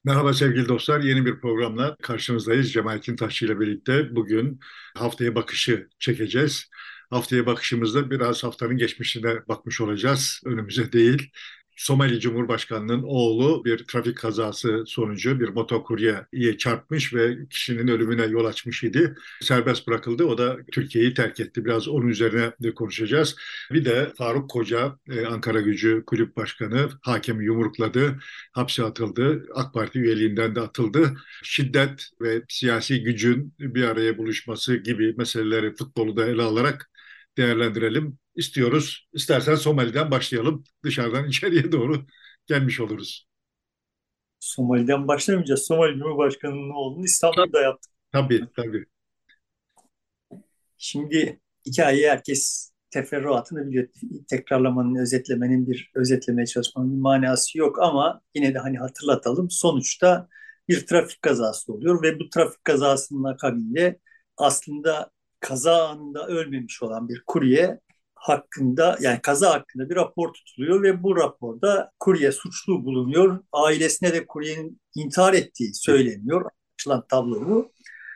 Merhaba sevgili dostlar, yeni bir programla karşınızdayız. Cemalettin Taşçı ile birlikte bugün haftaya bakışı çekeceğiz. Haftaya bakışımızda biraz haftanın geçmişine bakmış olacağız, önümüze değil. Somali Cumhurbaşkanı'nın oğlu bir trafik kazası sonucu bir motokuryeye çarpmış ve kişinin ölümüne yol açmış idi. Serbest bırakıldı, o da Türkiye'yi terk etti. Biraz onun üzerine de konuşacağız. Bir de Faruk Koca, Ankara Gücü Kulüp Başkanı, hakemi yumrukladı, hapse atıldı. AK Parti üyeliğinden de atıldı. Şiddet ve siyasi gücün bir araya buluşması gibi meseleleri futbolu da ele alarak değerlendirelim istiyoruz. İstersen Somali'den başlayalım. Dışarıdan içeriye doğru gelmiş oluruz. Somali'den başlamayacağız. Somali Cumhurbaşkanı'nın oğlunu Tabii, İstanbul'da yaptık. tabii. Tabii. Şimdi hikayeyi herkes teferruatını biliyor. Tekrarlamanın, özetlemeye çalışmanın bir manası yok ama yine de hani hatırlatalım. Sonuçta bir trafik kazası oluyor ve bu trafik kazasının akabinde aslında kaza anında ölmemiş olan bir kurye hakkında yani kaza hakkında bir rapor tutuluyor ve bu raporda kurye suçlu bulunuyor. Ailesine de kuryenin intihar ettiği söyleniyor. Anlaşılan tablo bu.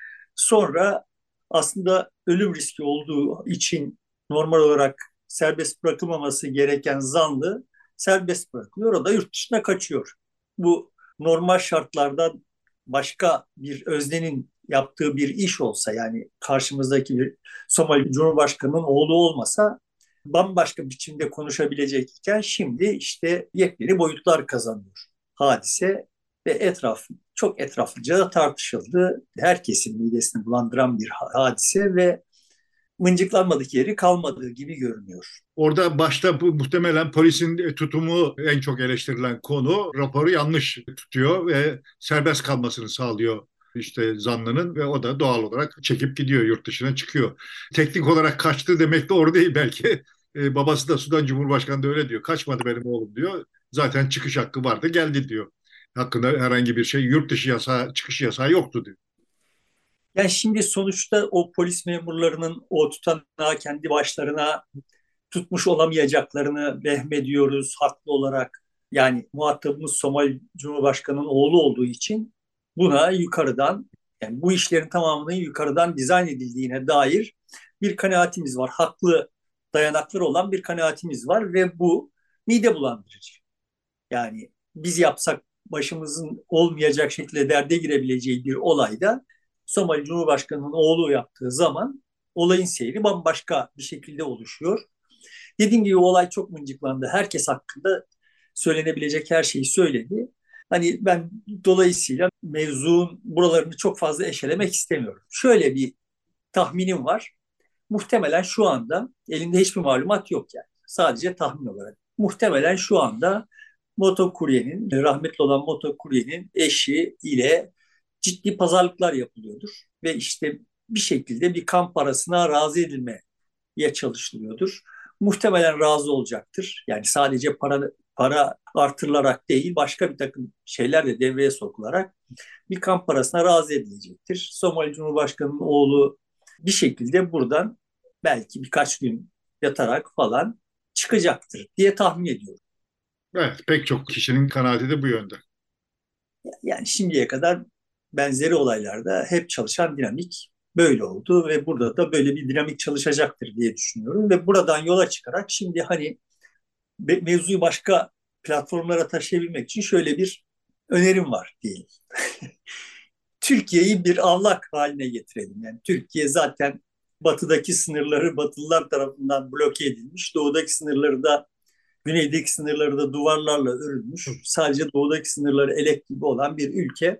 Sonra aslında ölüm riski olduğu için normal olarak serbest bırakılmaması gereken zanlı serbest bırakılıyor. O da yurt dışına kaçıyor. Bu normal şartlarda başka bir öznenin yaptığı bir iş olsa yani karşımızdaki bir Somali Cumhurbaşkanı'nın oğlu olmasa bambaşka biçimde konuşabilecekken şimdi işte yepyeni boyutlar kazanıyor hadise ve çok etraflıca tartışıldı. Herkesin midesini bulandıran bir hadise ve mıncıklanmadık yeri kalmadığı gibi görünüyor. Orada başta bu muhtemelen polisin tutumu en çok eleştirilen konu. Raporu yanlış tutuyor ve serbest kalmasını sağlıyor işte zanlının ve o da doğal olarak çekip gidiyor, yurt dışına çıkıyor. Teknik olarak kaçtı demek de doğru değil belki. Babası da Sudan Cumhurbaşkanı da öyle diyor. Kaçmadı benim oğlum diyor. Zaten çıkış hakkı vardı, geldi diyor. Hakkında herhangi bir şey, yurt dışı yasağı, çıkış yasağı yoktu diyor. Yani şimdi sonuçta o polis memurlarının o tutanağı kendi başlarına tutmuş olamayacaklarını vehmediyoruz haklı olarak. Yani muhatabımız Somali Cumhurbaşkanı'nın oğlu olduğu için buna yukarıdan yani bu işlerin tamamının yukarıdan dizayn edildiğine dair bir kanaatimiz var. Haklı dayanakları olan bir kanaatimiz var ve bu mide bulandırıcı. Yani biz yapsak başımızın olmayacak şekilde derde girebileceği bir olayda Somali Cumhurbaşkanı'nın oğlu yaptığı zaman olayın seyri bambaşka bir şekilde oluşuyor. Dediğim gibi olay çok mıncıklandı. Herkes hakkında söylenebilecek her şeyi söyledi. Hani ben dolayısıyla mevzuun buralarını çok fazla eşelemek istemiyorum. Şöyle bir tahminim var. Muhtemelen şu anda elinde hiçbir malumat yok yani. Sadece tahmin olarak. Muhtemelen şu anda rahmetli olan motokuryenin eşi ile ciddi pazarlıklar yapılıyordur. Ve işte bir şekilde bir kan parasına razı edilmeye çalışılıyordur. Muhtemelen razı olacaktır. Yani sadece para artırılarak değil, başka bir takım şeyler de devreye sokularak bir kamp parasına razı edilecektir. Somali Cumhurbaşkanı'nın oğlu bir şekilde buradan belki birkaç gün yatarak falan çıkacaktır diye tahmin ediyorum. Evet, pek çok kişinin kanaati de bu yönde. Yani şimdiye kadar benzeri olaylarda hep çalışan dinamik böyle oldu ve burada da böyle bir dinamik çalışacaktır diye düşünüyorum. Ve buradan yola çıkarak şimdi hani mevzuyu başka platformlara taşıyabilmek için şöyle bir önerim var diyelim. Türkiye'yi bir avlak haline getirelim. Yani Türkiye zaten batıdaki sınırları Batılılar tarafından bloke edilmiş. Doğudaki sınırları da güneydeki sınırları da duvarlarla örülmüş. Sadece doğudaki sınırları elek gibi olan bir ülke.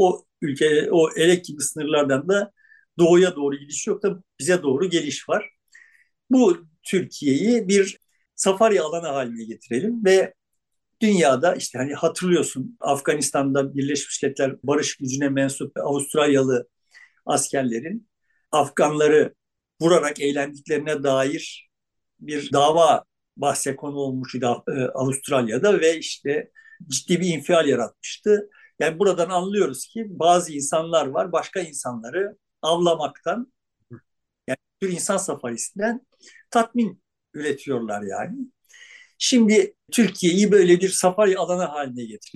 O elek gibi sınırlardan da doğuya doğru gidiş yok da bize doğru geliş var. Bu Türkiye'yi bir safari alanı haline getirelim ve dünyada işte hani hatırlıyorsun Afganistan'da Birleşmiş Milletler Barış Gücü'ne mensup Avustralyalı askerlerin Afganları vurarak eğlendiklerine dair bir dava bahse konu olmuştu Avustralya'da ve işte ciddi bir infial yaratmıştı. Yani buradan anlıyoruz ki bazı insanlar var başka insanları avlamaktan yani bir insan safarisinden tatmin üretiyorlar yani. Şimdi Türkiye'yi böyle bir safari alanı haline getirelim.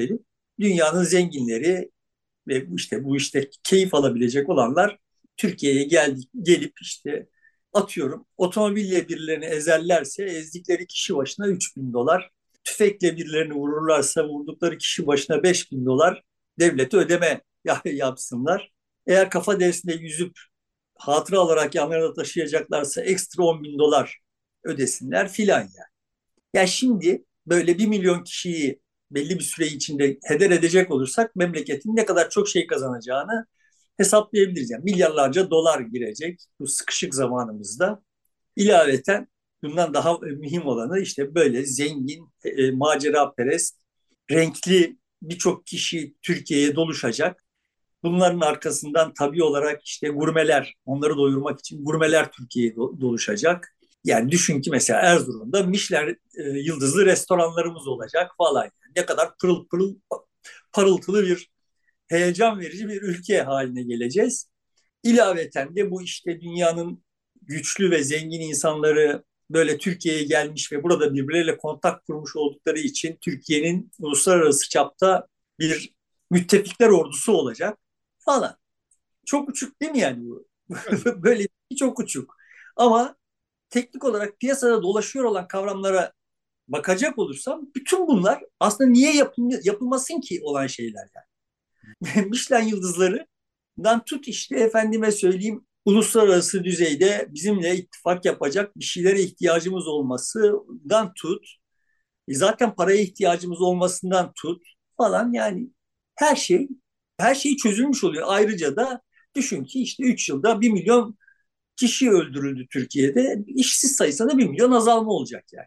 Dünyanın zenginleri ve işte bu işte keyif alabilecek olanlar Türkiye'ye gelip işte atıyorum otomobille birilerini ezerlerse ezdikleri kişi başına 3.000 dolar, tüfekle birilerini vururlarsa vurdukları kişi başına 5.000 dolar devlete ödeme yapsınlar. Eğer kafa dersinde yüzüp hatıra olarak yanlarında taşıyacaklarsa ekstra 10.000 dolar ödesinler filan ya. Ya şimdi böyle 1 milyon kişiyi belli bir süre içinde heder edecek olursak memleketin ne kadar çok şey kazanacağını hesaplayabiliriz. Yani milyarlarca dolar girecek bu sıkışık zamanımızda. İlaveten bundan daha mühim olanı işte böyle zengin, maceraperest, renkli birçok kişi Türkiye'ye doluşacak. Bunların arkasından tabii olarak işte gurmeler, onları doyurmak için gurmeler Türkiye'ye doluşacak. Yani düşün ki mesela Erzurum'da Michelin yıldızlı restoranlarımız olacak falan. Yani ne kadar pırıl pırıl parıltılı bir heyecan verici bir ülke haline geleceğiz. İlaveten de bu işte dünyanın güçlü ve zengin insanları böyle Türkiye'ye gelmiş ve burada birbirleriyle kontak kurmuş oldukları için Türkiye'nin uluslararası çapta bir müttefikler ordusu olacak falan. Çok uçuk değil mi yani bu? Böyle çok uçuk. Ama teknik olarak piyasada dolaşıyor olan kavramlara bakacak olursam bütün bunlar aslında niye yapılmasın ki olan şeyler yani. Michelin yıldızlarından tut işte efendime söyleyeyim uluslararası düzeyde bizimle ittifak yapacak bir şeylere ihtiyacımız olmasından tut. Zaten paraya ihtiyacımız olmasından tut falan yani her her şey çözülmüş oluyor. Ayrıca da düşün ki işte 3 yılda 1 milyon kişi öldürüldü Türkiye'de. İşsiz sayısında 1 milyon azalma olacak yani.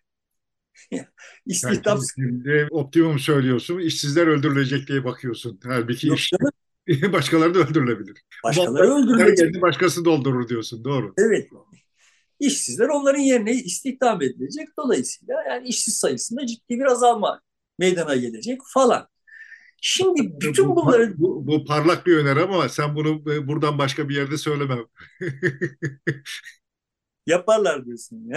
Yani İstihdam şimdi optimum söylüyorsun, işsizler öldürülecek diye bakıyorsun. Halbuki yok iş canım. başkaları da öldürülebilir. Ama Başkaları onların öldürülecek. yerini başkası doldurur diyorsun, doğru. Evet. İşsizler onların yerine istihdam edilecek. Dolayısıyla yani işsiz sayısında ciddi bir azalma meydana gelecek falan. Şimdi bütün bunları Bu parlak bir öneri ama sen bunu buradan başka bir yerde söyleme. yaparlar diyorsun ya.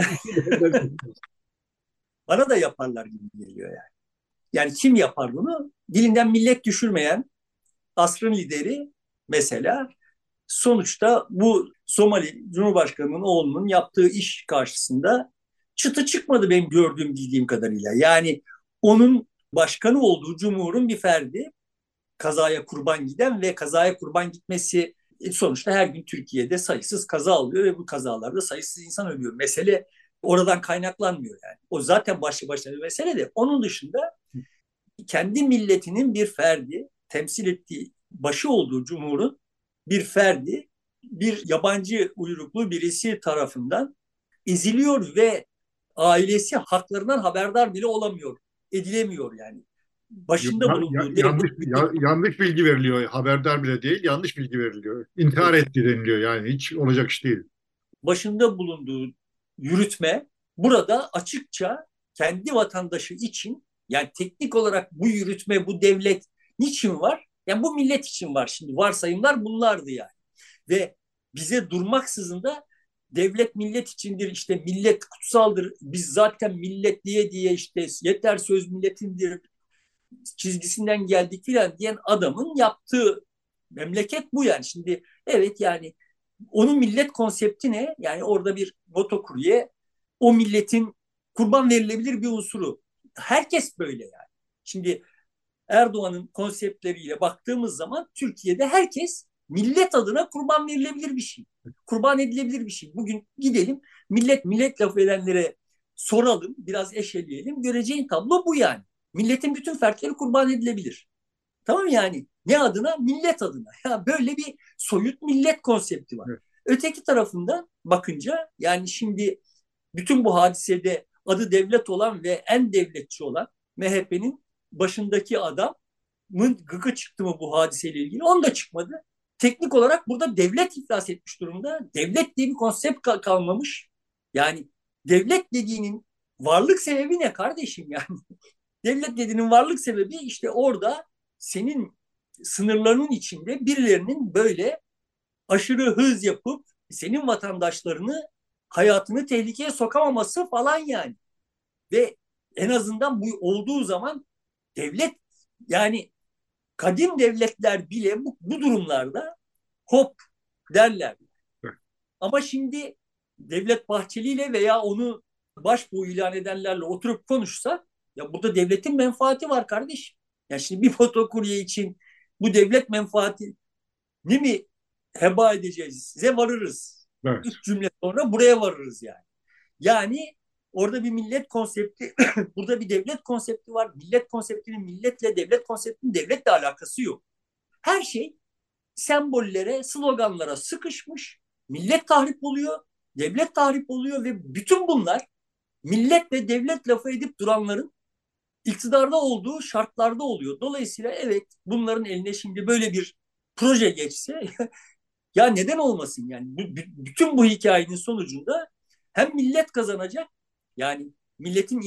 Bana da yaparlar gibi geliyor yani. Yani kim yapar bunu? Dilinden millet düşürmeyen asrın lideri mesela sonuçta bu Somali Cumhurbaşkanı'nın oğlunun yaptığı iş karşısında çıtı çıkmadı benim gördüğüm bildiğim kadarıyla. Yani onun başkanı olduğu cumhurun bir ferdi kazaya kurban giden ve kazaya kurban gitmesi sonuçta her gün Türkiye'de sayısız kaza oluyor ve bu kazalarda sayısız insan ölüyor. Mesele oradan kaynaklanmıyor yani. O zaten başlı başına bir mesele de onun dışında kendi milletinin bir ferdi temsil ettiği başı olduğu cumhurun bir ferdi bir yabancı uyruklu birisi tarafından eziliyor ve ailesi haklarından haberdar bile olamıyor, edilemiyor yani. Başında bulunduğu devlet Yanlış bilgi veriliyor. Haberdar bile değil, yanlış bilgi veriliyor. İntihar etti deniliyor yani. Hiç olacak iş değil. başında bulunduğu yürütme burada açıkça kendi vatandaşı için yani teknik olarak bu yürütme, bu devlet niçin var? Yani bu millet için var şimdi. Varsayımlar bunlardı yani. Ve bize durmaksızın da devlet millet içindir, işte millet kutsaldır, biz zaten millet diye işte yeter söz milletindir çizgisinden geldik filan diyen adamın yaptığı memleket bu yani. Şimdi evet yani onun millet konsepti ne? Yani orada bir motokurye o milletin kurban verilebilir bir unsuru. Herkes böyle yani. Şimdi Erdoğan'ın konseptleriyle baktığımız zaman Türkiye'de herkes millet adına kurban verilebilir bir şey. Kurban edilebilir bir şey. Bugün gidelim millet laf edenlere soralım, biraz eşeleyelim. Göreceğin tablo bu yani. Milletin bütün fertleri kurban edilebilir. Tamam yani ne adına? Millet adına. Ya böyle bir soyut millet konsepti var. Evet. Öteki tarafından bakınca yani şimdi bütün bu hadisede adı devlet olan ve en devletçi olan MHP'nin başındaki adamın gıkı çıktı mı bu hadiseyle ilgili? On da çıkmadı. Teknik olarak burada devlet iflas etmiş durumda. Devlet diye bir konsept kalmamış. Yani devlet dediğinin varlık sebebi ne kardeşim yani? Devlet dediğinin varlık sebebi işte orada senin sınırlarının içinde birilerinin böyle aşırı hız yapıp senin vatandaşlarını hayatını tehlikeye sokamaması falan yani. Ve en azından bu olduğu zaman devlet yani Kadim devletler bile bu durumlarda hop derler. Ama şimdi Devlet Bahçeli ile veya onu başbuğ ilan edenlerle oturup konuşsa, ya burada devletin menfaati var kardeşim. Ya şimdi bir fotokurye için bu devlet menfaatini mi heba edeceğiz? Size varırız. Evet. 3 cümle sonra buraya varırız yani. Yani orada bir millet konsepti, burada bir devlet konsepti var. Millet konseptinin milletle, devlet konseptinin devletle alakası yok. Her şey sembollere, sloganlara sıkışmış. Millet tahrip oluyor, devlet tahrip oluyor ve bütün bunlar millet ve devlet lafı edip duranların iktidarda olduğu şartlarda oluyor. Dolayısıyla evet, bunların eline şimdi böyle bir proje geçse ya neden olmasın yani? Bütün bu hikayenin sonucunda hem millet kazanacak, yani milletin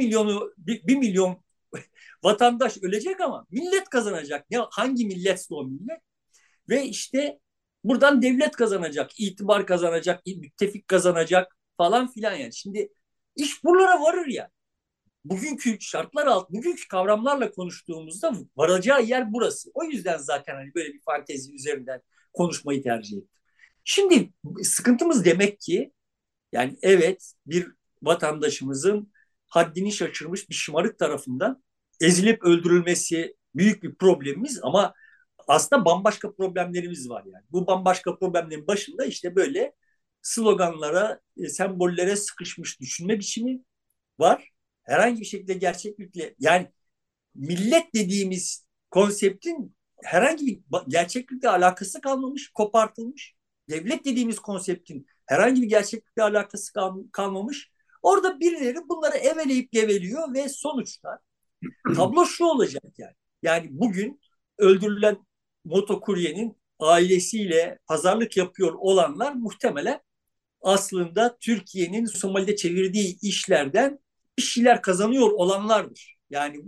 1 milyon vatandaş ölecek ama millet kazanacak. Ne, hangi milletse o millet? Ve işte buradan devlet kazanacak, itibar kazanacak, müttefik kazanacak falan filan yani. Şimdi iş buralara varır ya. Bugünkü şartlar bugünkü kavramlarla konuştuğumuzda varacağı yer burası. O yüzden zaten hani böyle bir fantezi üzerinden konuşmayı tercih ettim. Şimdi sıkıntımız demek ki, yani evet, bir vatandaşımızın haddini şaşırmış bir şımarık tarafından ezilip öldürülmesi büyük bir problemimiz ama aslında bambaşka problemlerimiz var yani. Bu bambaşka problemlerin başında işte böyle sloganlara, sembollere sıkışmış düşünme biçimi var. Herhangi bir şekilde gerçeklikle, yani millet dediğimiz konseptin herhangi bir gerçeklikle alakası kalmamış, kopartılmış. Devlet dediğimiz konseptin herhangi bir gerçeklikle alakası kalmamış. Orada birileri bunları eveleyip geveliyor ve sonuçta tablo şu olacak yani. Yani bugün öldürülen motokuryenin ailesiyle pazarlık yapıyor olanlar muhtemelen aslında Türkiye'nin Somali'de çevirdiği işlerden bir şeyler kazanıyor olanlardır. Yani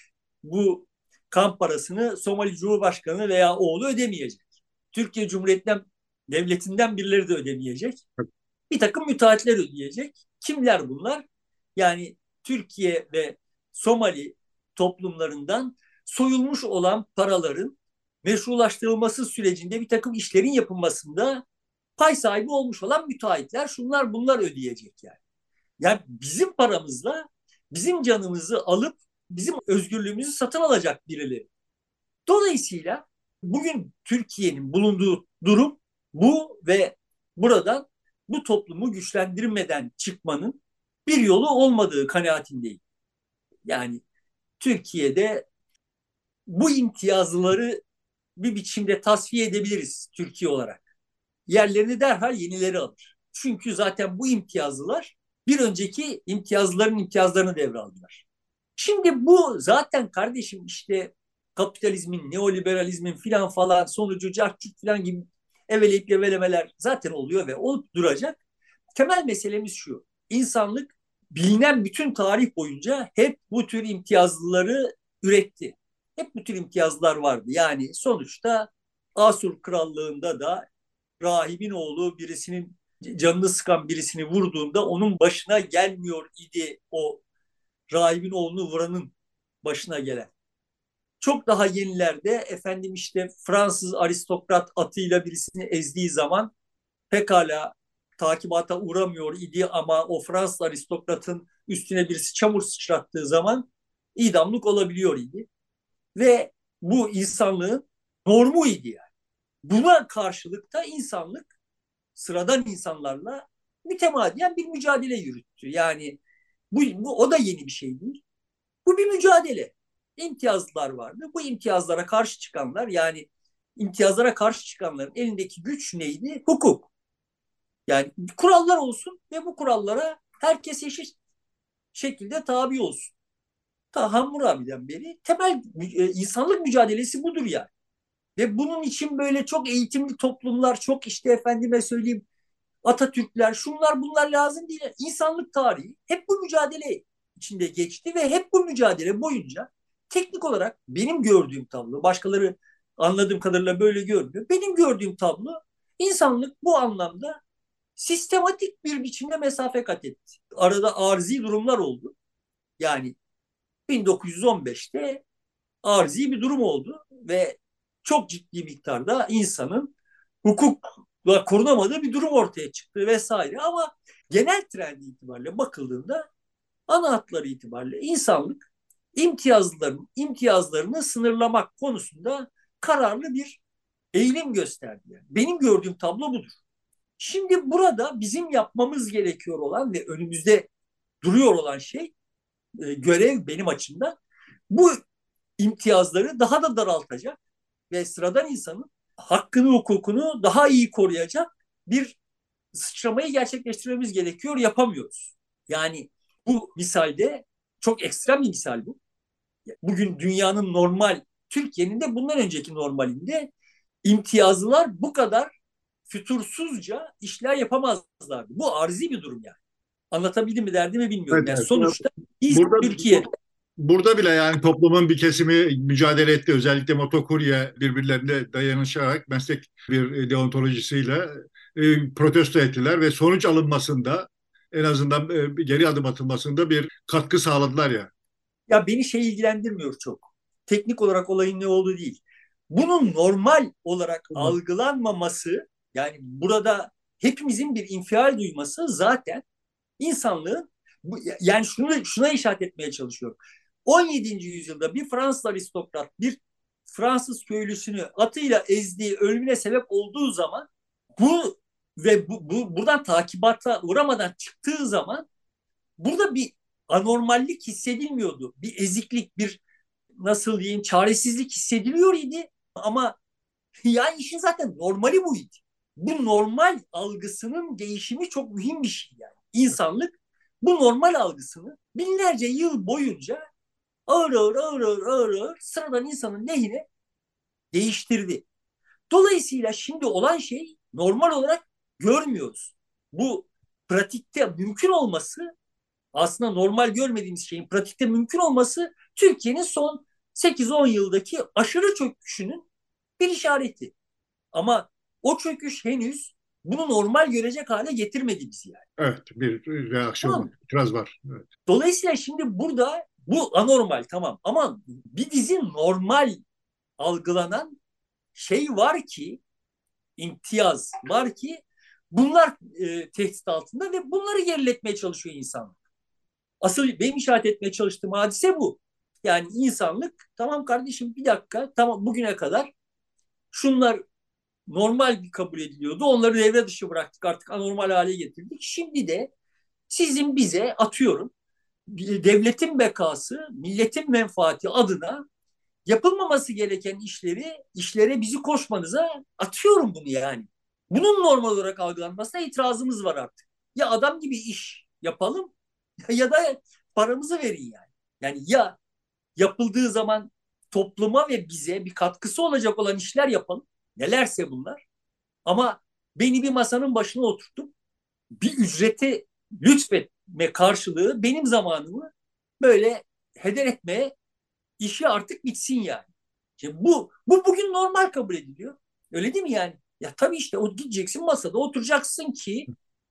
bu kamp parasını Somali Cumhurbaşkanı veya oğlu ödemeyecek. Türkiye Cumhuriyeti'nden, devletinden birileri de ödemeyecek. Bir takım müteahhitler ödeyecek. Kimler bunlar? Yani Türkiye ve Somali toplumlarından soyulmuş olan paraların meşrulaştırılması sürecinde bir takım işlerin yapılmasında pay sahibi olmuş olan müteahhitler, şunlar bunlar ödeyecek yani. Yani bizim paramızla bizim canımızı alıp bizim özgürlüğümüzü satın alacak birileri. Dolayısıyla bugün Türkiye'nin bulunduğu durum bu ve buradan bu toplumu güçlendirmeden çıkmanın bir yolu olmadığı kanaatindeyim. Yani Türkiye'de bu imtiyazları bir biçimde tasfiye edebiliriz Türkiye olarak. Yerlerini derhal yenileri alır. Çünkü zaten bu imtiyazlılar bir önceki imtiyazlıların imtiyazlarını devraldılar. Şimdi bu zaten kardeşim işte kapitalizmin, neoliberalizmin filan falan sonucu cartçuk filan gibi eveleyip gevelemeler zaten oluyor ve olup duracak. Temel meselemiz şu: İnsanlık bilinen bütün tarih boyunca hep bu tür imtiyazlıları üretti. Hep bu tür imtiyazlar vardı. Yani sonuçta Asur Krallığı'nda da rahibin oğlu birisinin canını sıkan birisini vurduğunda onun başına gelmiyor idi o rahibin oğlunu vuranın başına gelen. Çok daha yenilerde efendim işte Fransız aristokrat atıyla birisini ezdiği zaman pekala takibata uğramıyor idi ama o Fransız aristokratın üstüne birisi çamur sıçrattığı zaman idamlık olabiliyor idi. Ve bu insanlığın normu idi yani. Buna karşılık da insanlık sıradan insanlarla mütemadiyen bir mücadele yürüttü. Yani bu o da yeni bir şey değil. Bu bir mücadele. İmtiyazlılar vardı. Bu imtiyazlara karşı çıkanlar, yani imtiyazlara karşı çıkanların elindeki güç neydi? Hukuk. Yani kurallar olsun ve bu kurallara herkes eşit şekilde tabi olsun. Ta Hammurabi'den beri temel insanlık mücadelesi budur yani. Ve bunun için böyle çok eğitimli toplumlar, çok işte efendime söyleyeyim Atatürkler, şunlar bunlar lazım değil. İnsanlık tarihi hep bu mücadele içinde geçti ve hep bu mücadele boyunca teknik olarak benim gördüğüm tablo, başkaları anladığım kadarıyla böyle görmüyor. Benim gördüğüm tablo, insanlık bu anlamda sistematik bir biçimde mesafe kat etti. Arada arzi durumlar oldu. Yani 1915'te arzi bir durum oldu ve çok ciddi miktarda insanın hukukla korunamadığı bir durum ortaya çıktı vesaire. Ama genel trend itibariyle bakıldığında ana hatları itibariyle insanlık imtiyazlarını sınırlamak konusunda kararlı bir eğilim gösterdi. Yani. Benim gördüğüm tablo budur. Şimdi burada bizim yapmamız gerekiyor olan ve önümüzde duruyor olan şey, görev benim açımdan bu imtiyazları daha da daraltacak ve sıradan insanın hakkını, hukukunu daha iyi koruyacak bir sıçramayı gerçekleştirmemiz gerekiyor, yapamıyoruz. Yani bu misalde çok ekstrem bir misal bu. Bugün dünyanın normal, Türkiye'nin de bundan önceki normalinde imtiyazlılar bu kadar fütursuzca işler yapamazlardı. Bu arzi bir durum yani. Anlatabildim mi derdimi bilmiyorum. Evet, Yani evet. sonuçta biz Burada Türkiye'de burada bile yani toplumun bir kesimi mücadele etti. Özellikle motokurye birbirlerine dayanışarak meslek bir deontolojisiyle protesto ettiler ve sonuç alınmasında en azından geri adım atılmasında bir katkı sağladılar ya. ya beni şey ilgilendirmiyor çok. Teknik olarak olayın ne olduğu değil. Bunun normal olarak Tamam. algılanmaması, yani burada hepimizin bir infial duyması zaten insanlığın, yani şuna işaret etmeye çalışıyorum. 17. yüzyılda bir Fransız aristokrat bir Fransız köylüsünü atıyla ezdiği, ölümüne sebep olduğu zaman bu ve buradan takibata uğramadan çıktığı zaman burada bir anormallik hissedilmiyordu. Bir eziklik, bir nasıl diyeyim çaresizlik hissediliyor idi ama yani işin zaten normali buydu. Bu normal algısının değişimi çok mühim bir şey yani. İnsanlık bu normal algısını binlerce yıl boyunca ağır sıradan insanın lehine değiştirdi. Dolayısıyla şimdi olan şey normal olarak görmüyoruz. Bu pratikte mümkün olması, aslında normal görmediğimiz şeyin pratikte mümkün olması Türkiye'nin son 8-10 yıldaki aşırı çöküşünün bir işareti. Ama o çöküş henüz bunu normal görecek hale getirmedi bizi yani. Evet, bir reaksiyon Tamam var, mı? itiraz var. Evet. Dolayısıyla şimdi burada bu anormal tamam ama bir dizi normal algılanan şey var ki, imtiyaz var ki bunlar tehdit altında ve bunları geriletmeye çalışıyor insan. Asıl benim işaret etmeye çalıştığım hadise bu. Yani insanlık tamam kardeşim bir dakika tamam bugüne kadar şunlar normal bir kabul ediliyordu. Onları devre dışı bıraktık artık anormal hale getirdik. Şimdi de sizin bize atıyorum devletin bekası, milletin menfaati adına yapılmaması gereken işlere bizi koşmanıza atıyorum bunu yani. Bunun normal olarak algılanmasına itirazımız var artık. Ya adam gibi iş yapalım ya da paramızı verin yani. Yani ya yapıldığı zaman topluma ve bize bir katkısı olacak olan işler yapalım. Nelerse bunlar. Ama beni bir masanın başına oturtup bir ücreti lütfetme karşılığı benim zamanımı böyle heder etmeye işi artık bitsin yani. Şimdi bu bugün normal kabul ediliyor. Öyle değil mi yani? Ya tabii işte o gideceksin masada oturacaksın ki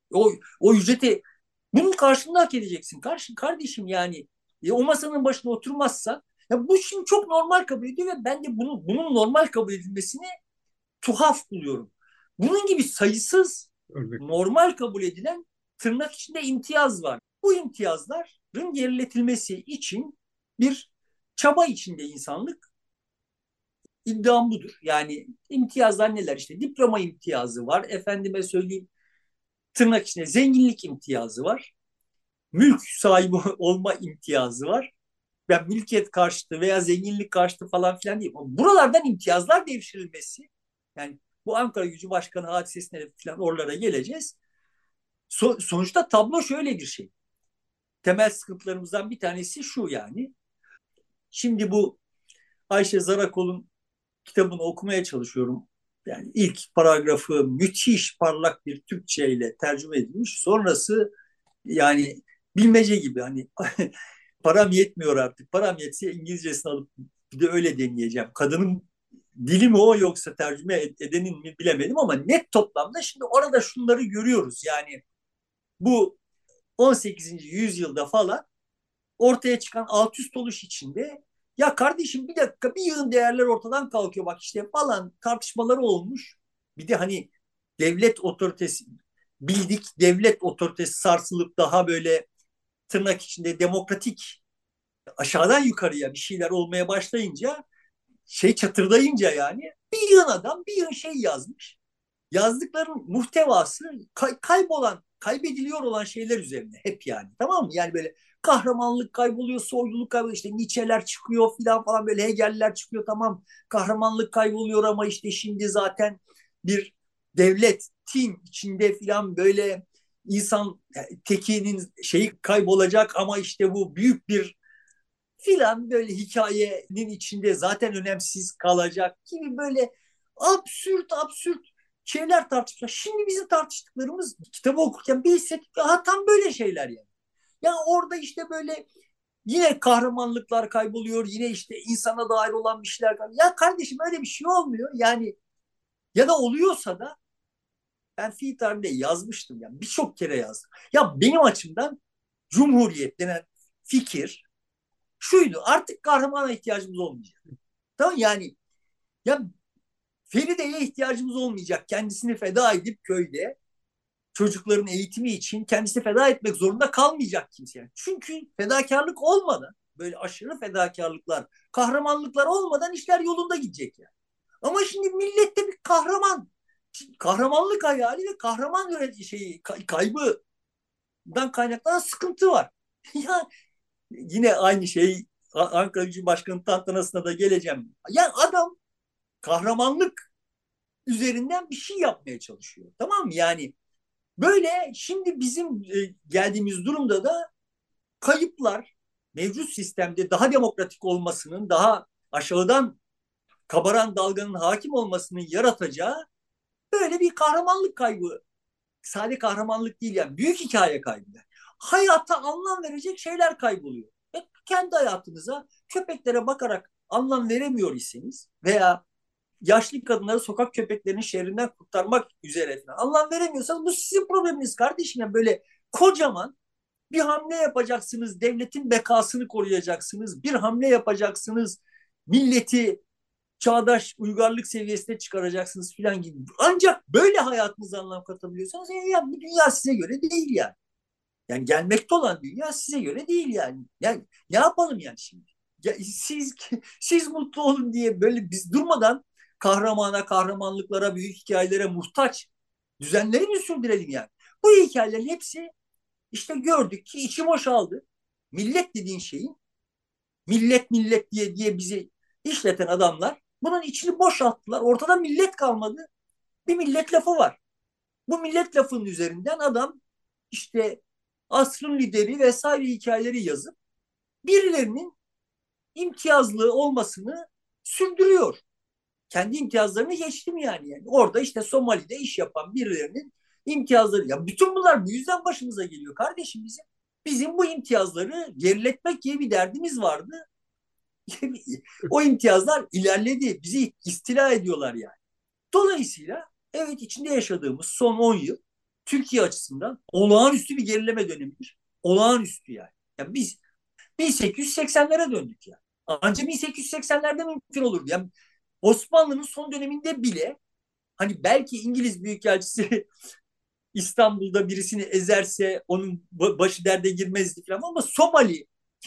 o ücreti bunun karşılığını hak edeceksin. Kardeşim yani o masanın başına oturmazsa ya bu şimdi çok normal kabul ediyor ve ben de bunun normal kabul edilmesini tuhaf buluyorum. Bunun gibi sayısız Örnek. normal kabul edilen tırnak içinde imtiyaz var. Bu imtiyazların geriletilmesi için bir çaba içinde insanlık. İddiam budur. Yani imtiyazlar neler? İşte diploma imtiyazı var. Efendime söyleyeyim tırnak içinde zenginlik imtiyazı var. Mülk sahibi olma imtiyazı var. Ben mülkiyet karşıtı veya zenginlik karşıtı falan filan değil. Ama buralardan imtiyazlar devşirilmesi. Yani bu Ankara Gücü Başkanı hadisesine falan oralara geleceğiz. Sonuçta tablo şöyle bir şey. Temel sıkıntılarımızdan bir tanesi şu yani. Şimdi bu Ayşe Zarakol'un kitabını okumaya çalışıyorum. Yani ilk paragrafı müthiş parlak bir Türkçe ile tercüme edilmiş. Sonrası yani bilmece gibi hani param yetmiyor artık. Param yetse İngilizcesini alıp bir de öyle deneyeceğim. Kadının dili mi o yoksa tercüme edenin mi bilemedim ama net toplamda şimdi orada şunları görüyoruz. Yani bu 18. yüzyılda falan ortaya çıkan alt üst oluş içinde Ya kardeşim bir dakika, bir yığın değerler ortadan kalkıyor bak işte falan tartışmaları olmuş. Bir de hani devlet otoritesi, bildik devlet otoritesi sarsılıp daha böyle tırnak içinde demokratik, aşağıdan yukarıya bir şeyler olmaya başlayınca, şey çatırdayınca, yani bir yığın adam bir yığın şey yazmış. Yazdıkların muhtevası kaybolan, kaybediliyor olan şeyler üzerine hep yani. Tamam mı? Yani böyle kahramanlık kayboluyor, soyluluk kayboluyor. İşte Nietzsche'ler çıkıyor filan falan, böyle Hegel'ler çıkıyor. Tamam, kahramanlık kayboluyor ama işte şimdi zaten bir devletin içinde filan böyle insan tekinin şeyi kaybolacak ama işte bu büyük bir filan böyle hikayenin içinde zaten önemsiz kalacak gibi böyle absürt absürt şeyler tartışmışlar. Şimdi bizim tartıştıklarımız kitabı okurken bir hissettik ki aha, tam böyle şeyler yani. Yani orada işte böyle yine kahramanlıklar kayboluyor. Yine işte insana dair olan bir şeyler kayboluyor. Ya kardeşim öyle bir şey olmuyor. Yani ya da oluyorsa da ben fiil tarihinde yazmıştım. Yani birçok kere yazdım. Ya benim açımdan Cumhuriyet denen fikir şuydu: artık kahramana ihtiyacımız olmayacak. Tamam yani, ya Feride'ye ihtiyacımız olmayacak. Kendisini feda edip köyde çocukların eğitimi için kendisini feda etmek zorunda kalmayacak kimse. Yani. Çünkü fedakarlık olmadan, böyle aşırı fedakarlıklar, kahramanlıklar olmadan işler yolunda gidecek yani. Ama şimdi millette bir kahramanlık hayali ve kahraman kaybından kaynaklanan sıkıntı var. Ya yine aynı şey, Ankara Gücü Başkanı tantanasına da geleceğim. Yani adam kahramanlık üzerinden bir şey yapmaya çalışıyor. Tamam mı? Yani böyle şimdi bizim geldiğimiz durumda da kayıplar mevcut sistemde daha demokratik olmasının, daha aşağıdan kabaran dalganın hakim olmasının yaratacağı böyle bir kahramanlık kaybı. Sade kahramanlık değil yani, büyük hikaye kaybı. Hayata anlam verecek şeyler kayboluyor. Kendi hayatınıza köpeklere bakarak anlam veremiyor iseniz veya yaşlı kadınları sokak köpeklerinin şehrinden kurtarmak üzere falan anlam veremiyorsanız bu sizin probleminiz kardeşim. Yani böyle kocaman bir hamle yapacaksınız, devletin bekasını koruyacaksınız, bir hamle yapacaksınız, milleti çağdaş uygarlık seviyesine çıkaracaksınız filan gibi. Ancak böyle hayatınıza anlam katabiliyorsanız ya bu dünya size göre değil yani. Yani gelmekte olan dünya size göre değil yani. Yani ne yapalım yani şimdi? Ya siz mutlu olun diye böyle biz durmadan kahramana, kahramanlıklara, büyük hikayelere muhtaç düzenleri mi sürdürelim yani? Bu hikayelerin hepsi işte gördük ki içi boşaldı. Millet dediğin şeyin millet millet diye bizi işleten adamlar bunun içini boşalttılar. Ortada millet kalmadı. Bir millet lafı var. Bu millet lafının üzerinden adam işte asrın lideri vesaire hikayeleri yazıp birilerinin imtiyazlı olmasını sürdürüyor. Kendi imtiyazlarını geçtim yani. Orada işte Somali'de iş yapan birilerinin imtiyazları. Ya bütün bunlar bu yüzden başımıza geliyor kardeşim bizim. Bizim bu imtiyazları geriletmek gibi bir derdimiz vardı. O imtiyazlar ilerledi. Bizi istila ediyorlar yani. Dolayısıyla evet, içinde yaşadığımız son 10 yıl Türkiye açısından olağanüstü bir gerileme dönemidir. Olağanüstü yani. Yani biz 1880'lere döndük yani. Ancak 1880'lerde mümkün olurdu. Yani Osmanlı'nın son döneminde bile hani belki İngiliz Büyükelçisi İstanbul'da birisini ezerse onun başı derde girmezdi falan ama Somali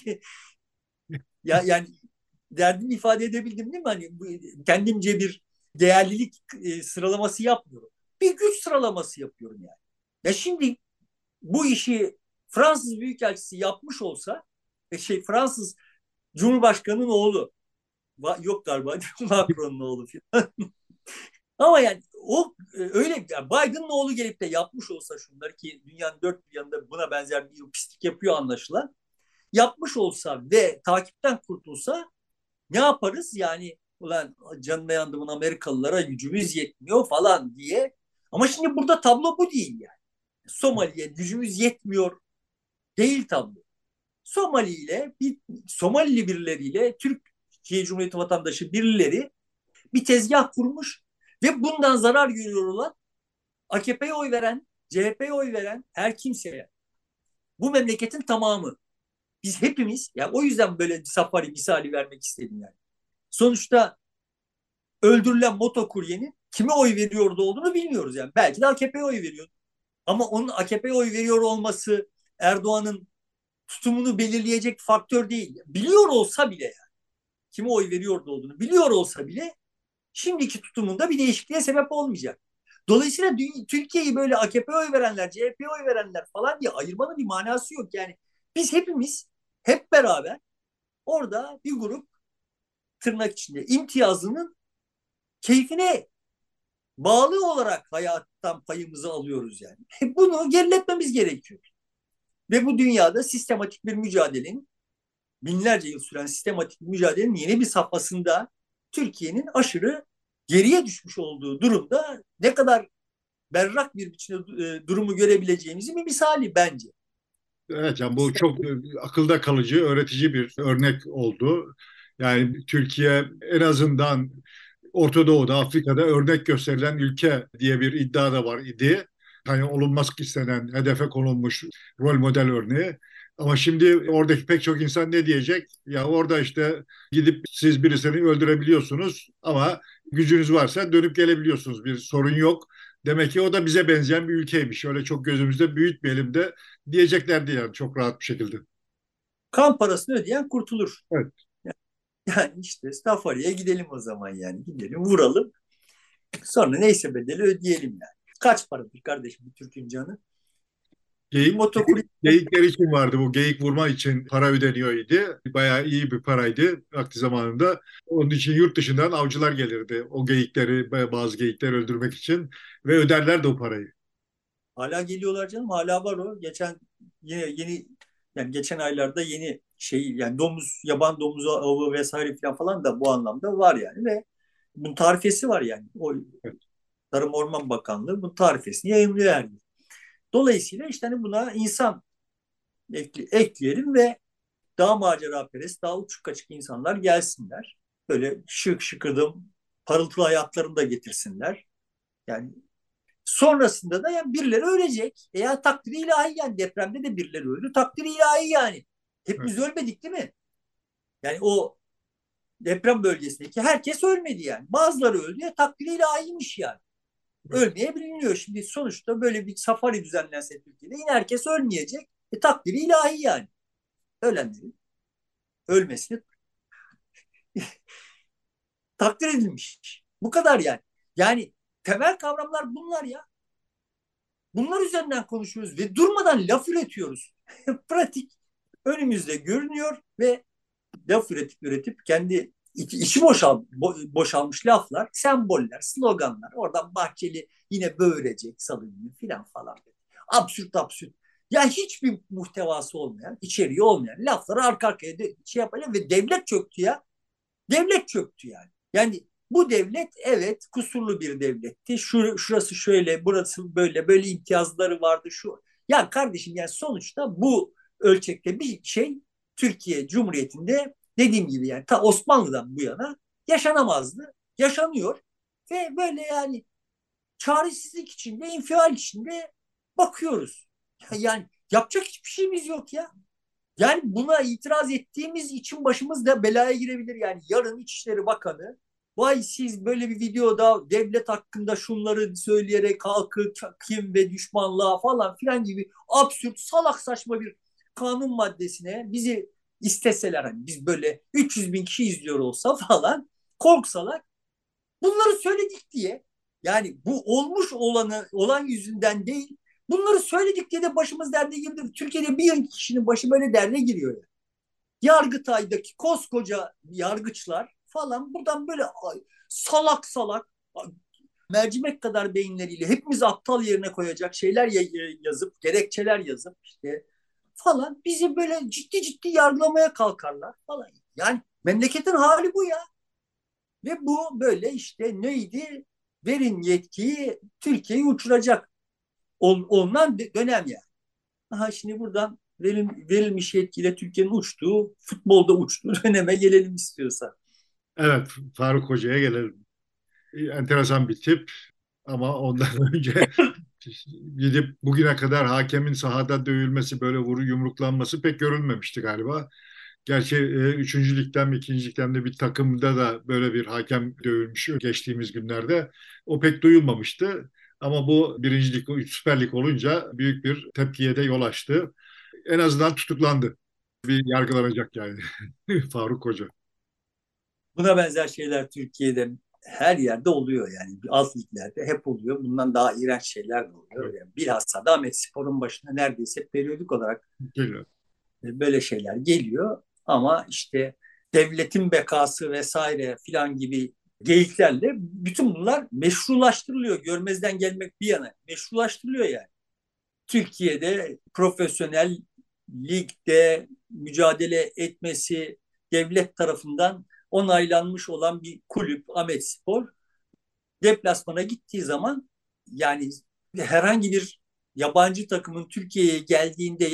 ya yani derdimi ifade edebildim değil mi? Hani kendimce bir değerlilik sıralaması yapmıyorum. Bir güç sıralaması yapıyorum yani. Ya şimdi bu işi Fransız Büyükelçisi yapmış olsa Fransız Cumhurbaşkanı'nın oğlu yok galiba Macron'un oğlu falan. Ama yani o öyle yani Biden'ın oğlu gelip de yapmış olsa şunları, ki dünyanın dört bir yanında buna benzer bir pislik yapıyor anlaşılan. Yapmış olsa ve takipten kurtulsa ne yaparız? Yani ulan canına yandımın Amerikalılara gücümüz yetmiyor falan diye. Ama şimdi burada tablo bu değil yani. Somali'ye gücümüz yetmiyor değil tablo. Somali ile Somalili birileriyle Türkiye Cumhuriyeti vatandaşı birileri bir tezgah kurmuş ve bundan zarar görüyor olan AKP'ye oy veren, CHP'ye oy veren her kimseye, bu memleketin tamamı Biz hepimiz, ya o yüzden böyle bir safari misali vermek istedim yani. Sonuçta öldürülen motokuryenin kime oy veriyordu olduğunu bilmiyoruz yani. Belki de AKP'ye oy veriyordu. Ama onun AKP'ye oy veriyor olması Erdoğan'ın tutumunu belirleyecek faktör değil. Biliyor olsa bile yani, kime oy veriyordu olduğunu biliyor olsa bile şimdiki tutumunda bir değişikliğe sebep olmayacak. Dolayısıyla Türkiye'yi böyle AKP'ye oy verenler, CHP'ye oy verenler falan diye ayırmanın bir manası yok. Yani biz hepimiz hep beraber orada bir grup tırnak içinde imtiyazının keyfine bağlı olarak hayattan payımızı alıyoruz yani. Bunu geriletmemiz gerekiyor. Ve bu dünyada sistematik bir mücadelenin, binlerce yıl süren sistematik bir mücadelenin yeni bir safhasında Türkiye'nin aşırı geriye düşmüş olduğu durumda ne kadar berrak bir biçimde durumu görebileceğimizin bir misali bence. Evet, yani bu çok akılda kalıcı, öğretici bir örnek oldu. Yani Türkiye en azından Orta Doğu'da, Afrika'da örnek gösterilen ülke diye bir iddia da var idi. Hani olunmaz istenen, hedefe konulmuş rol model örneği. Ama şimdi oradaki pek çok insan ne diyecek? Ya orada işte gidip siz birisini öldürebiliyorsunuz ama gücünüz varsa dönüp gelebiliyorsunuz. Bir sorun yok. Demek ki o da bize benzeyen bir ülkeymiş. Öyle çok gözümüzde büyütmeyelim de diyeceklerdi yani çok rahat bir şekilde. Kan parasını ödeyen kurtulur. Evet. Yani işte Safari'ye gidelim o zaman yani. Gidelim vuralım. Sonra neyse bedeli ödeyelim yani. Kaç paradır kardeşim bir Türk'ün canı? Bir Geyik, motokurye. geyikler için vardı bu. Geyik vurma için para ödeniyor idi. Bayağı iyi bir paraydı vakti zamanında. Onun için yurt dışından avcılar gelirdi. O geyikleri, bazı geyikleri öldürmek için ve öderlerdi o parayı. Hala geliyorlar canım. Hala var o. Geçen yeni yani geçen aylarda yeni şey yani domuz, yaban domuzu avı vesaire falan da bu anlamda var yani ve bunun tarifesi var yani. O Evet. Tarım Orman Bakanlığı bunun tarifesini yayınlıyor her gün. Dolayısıyla işte hani buna insan ekleyelim ve daha maceraperest, daha uçuk kaçık insanlar gelsinler. Böyle şık şıkıdım, parıltılı hayatlarını da getirsinler. Yani sonrasında da yani birileri ölecek. Ya takdiri ilahi yani depremde de birileri öldü. Takdiri ilahi yani. Evet. Hepimiz ölmedik değil mi? Yani o deprem bölgesindeki herkes ölmedi yani. Bazıları öldü ya takdiri ilahiymiş yani. Ölmeye biliniyor. Şimdi sonuçta böyle bir safari düzenlense Türkiye'de yine herkes ölmeyecek. Takdiri ilahi yani. Ölenlerin ölmesini takdir edilmiş. Bu kadar yani. Yani temel kavramlar bunlar ya. Bunlar üzerinden konuşuyoruz ve durmadan laf üretiyoruz. Pratik önümüzde görünüyor ve laf üretip kendi içi boşalmış laflar, semboller, sloganlar. Oradan Bahçeli yine böğürecek salı günü filan falan. Absürt absürt. Ya hiçbir muhtevası olmayan, içeriği olmayan lafları arka arkaya şey yapacak ve devlet çöktü ya. Devlet çöktü yani. Yani bu devlet evet kusurlu bir devletti. Şurası şöyle, burası böyle, böyle imtiyazları vardı şu. Ya kardeşim yani sonuçta bu ölçekte bir şey Türkiye Cumhuriyeti'nde dediğim gibi yani ta Osmanlı'dan bu yana yaşanamazdı. Yaşanıyor ve böyle yani çaresizlik içinde, infial içinde bakıyoruz. Yani yapacak hiçbir şeyimiz yok ya. Yani buna itiraz ettiğimiz için başımız da belaya girebilir. Yani yarın İçişleri Bakanı vay siz böyle bir videoda devlet hakkında şunları söyleyerek halkı kim ve düşmanlığa falan filan gibi absürt salak saçma bir kanun maddesine bizi isteseler hani biz böyle 300 bin kişi izliyor olsa falan korksalar bunları söyledik diye yani bu olmuş olan yüzünden değil bunları söyledik diye de başımız derde girdi. Türkiye'de bir kişinin başı böyle derde giriyor. Yani. Yargıtay'daki koskoca yargıçlar falan buradan böyle salak salak mercimek kadar beyinleriyle hepimiz aptal yerine koyacak şeyler yazıp gerekçeler yazıp işte falan bizi böyle ciddi ciddi yargılamaya kalkarlar falan. Yani memleketin hali bu ya. Ve bu böyle işte neydi? Verin yetkiyi Türkiye'yi uçuracak olunan dönem yani. Aha şimdi buradan verilmiş yetkiyle Türkiye'nin uçtuğu, futbolda uçtuğu döneme gelelim istiyorsa. Evet, Faruk Hoca'ya gelelim. Enteresan bir tip ama ondan önce Gidip bugüne kadar hakemin sahada dövülmesi, böyle yumruklanması pek görülmemişti galiba. Gerçi üçüncü ligden mi ikinci ligden de bir takımda da böyle bir hakem dövülmüş geçtiğimiz günlerde. O pek duyulmamıştı. Ama bu birinci lig, Süper Lig olunca büyük bir tepkiye de yol açtı. En azından tutuklandı. Bir yargılanacak yani Faruk Koca. Buna benzer şeyler Türkiye'de her yerde oluyor yani. Alt liglerde hep oluyor. Bundan daha iğrenç şeyler de oluyor. Evet, Yani bilhassa da Ahmetspor'un başına neredeyse periyodik olarak geliyor. böyle şeyler geliyor. Ama işte devletin bekası vesaire filan gibi geyiklerle bütün bunlar meşrulaştırılıyor. Görmezden gelmek bir yana meşrulaştırılıyor yani. Türkiye'de profesyonel ligde mücadele etmesi devlet tarafından onaylanmış olan bir kulüp Ahmetspor deplasmana gittiği zaman yani herhangi bir yabancı takımın Türkiye'ye geldiğinde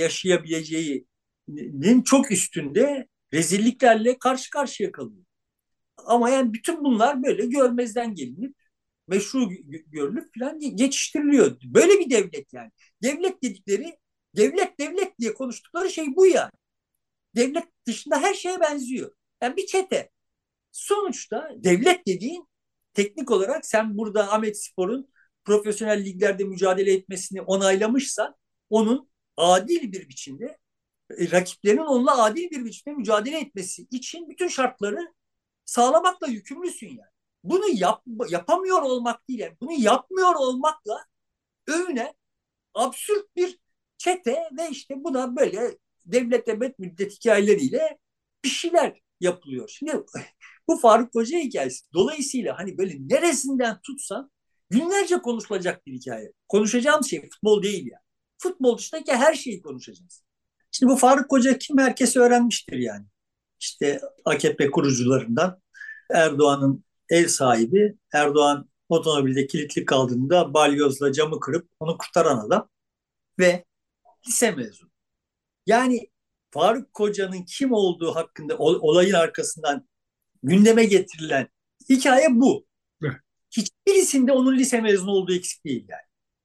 yaşayabileceğinin çok üstünde rezilliklerle karşı karşıya kalıyor. Ama yani bütün bunlar böyle görmezden gelinip meşru görülüp falan geçiştiriliyor. Böyle bir devlet yani. Devlet dedikleri devlet diye konuştukları şey bu yani. Devlet dışında her şeye benziyor. Yani bir çete. Sonuçta devlet dediğin teknik olarak sen burada Ahmetspor'un profesyonel liglerde mücadele etmesini onaylamışsan onun adil bir biçimde rakiplerinin onunla adil bir biçimde mücadele etmesi için bütün şartları sağlamakla yükümlüsün yani. Bunu yapamıyor olmak değil yani. Bunu yapmıyor olmakla övünen absürt bir çete ve işte bu da böyle devlet müddet hikayeleriyle bir şeyler yapılıyor. Şimdi bu Faruk Koca hikayesi. Dolayısıyla hani böyle neresinden tutsan günlerce konuşulacak bir hikaye. Konuşacağım şey futbol değil yani. Futbol dışındaki her şeyi konuşacağız. Şimdi bu Faruk Koca kim herkes öğrenmiştir yani. İşte AKP kurucularından Erdoğan'ın ev sahibi. Erdoğan otomobilde kilitli kaldığında balyozla camı kırıp onu kurtaran adam ve lise mezunu. Yani Faruk Koca'nın kim olduğu hakkında olayın arkasından gündeme getirilen hikaye bu. Hiçbirisinde onun lise mezunu olduğu eksik değil yani.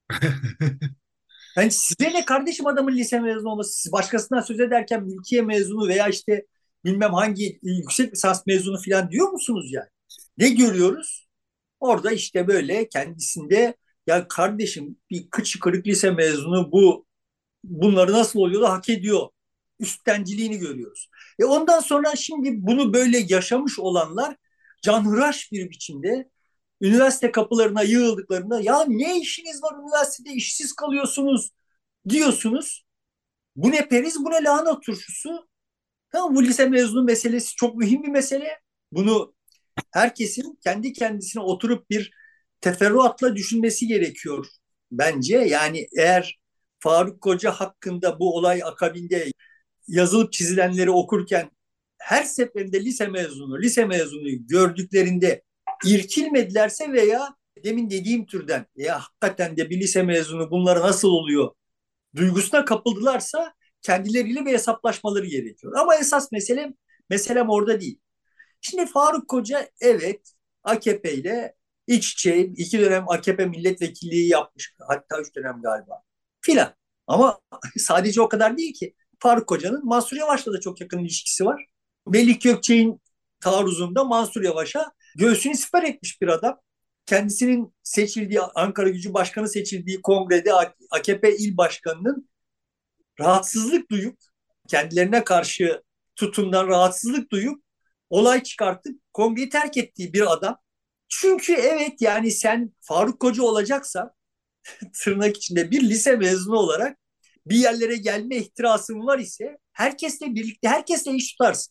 Yani size ne kardeşim adamın lise mezunu olması? Siz başkasından söz ederken mülkiye mezunu veya işte bilmem hangi yüksek lisans mezunu falan diyor musunuz yani? Ne görüyoruz? Orada işte böyle kendisinde ya kardeşim bir kıçı kırık lise mezunu bunları nasıl oluyor da hak ediyor. Üsttenciliğini görüyoruz. Ondan sonra şimdi bunu böyle yaşamış olanlar canhıraş bir biçimde üniversite kapılarına yığıldıklarında ya ne işiniz var üniversitede işsiz kalıyorsunuz diyorsunuz. Bu ne periz bu ne lahana turşusu. Tamam bu lise mezunu meselesi çok mühim bir mesele. Bunu herkesin kendi kendisine oturup bir teferruatla düşünmesi gerekiyor bence. Yani eğer Faruk Koca hakkında bu olay akabinde yazılıp çizilenleri okurken her seferinde lise mezunu gördüklerinde irkilmedilerse veya demin dediğim türden ya hakikaten de bir lise mezunu bunlar nasıl oluyor duygusuna kapıldılarsa kendileriyle bir hesaplaşmaları gerekiyor. Ama esas meselem orada değil. Şimdi Faruk Koca evet AKP ile iç içe 2 dönem AKP milletvekilliği yapmış. Hatta 3 dönem galiba filan. Ama sadece o kadar değil ki. Faruk Koca'nın Mansur Yavaş'la da çok yakın ilişkisi var. Melih Gökçek'in taarruzunda Mansur Yavaş'a göğsünü siper etmiş bir adam. Kendisinin seçildiği Ankara Gücü Başkanı seçildiği kongrede AKP il başkanının rahatsızlık duyup kendilerine karşı tutumdan rahatsızlık duyup olay çıkartıp kongreyi terk ettiği bir adam. Çünkü evet yani sen Faruk Koca olacaksan tırnak içinde bir lise mezunu olarak bir yerlere gelme ihtirasın var ise herkesle birlikte herkesle iş tutarsın.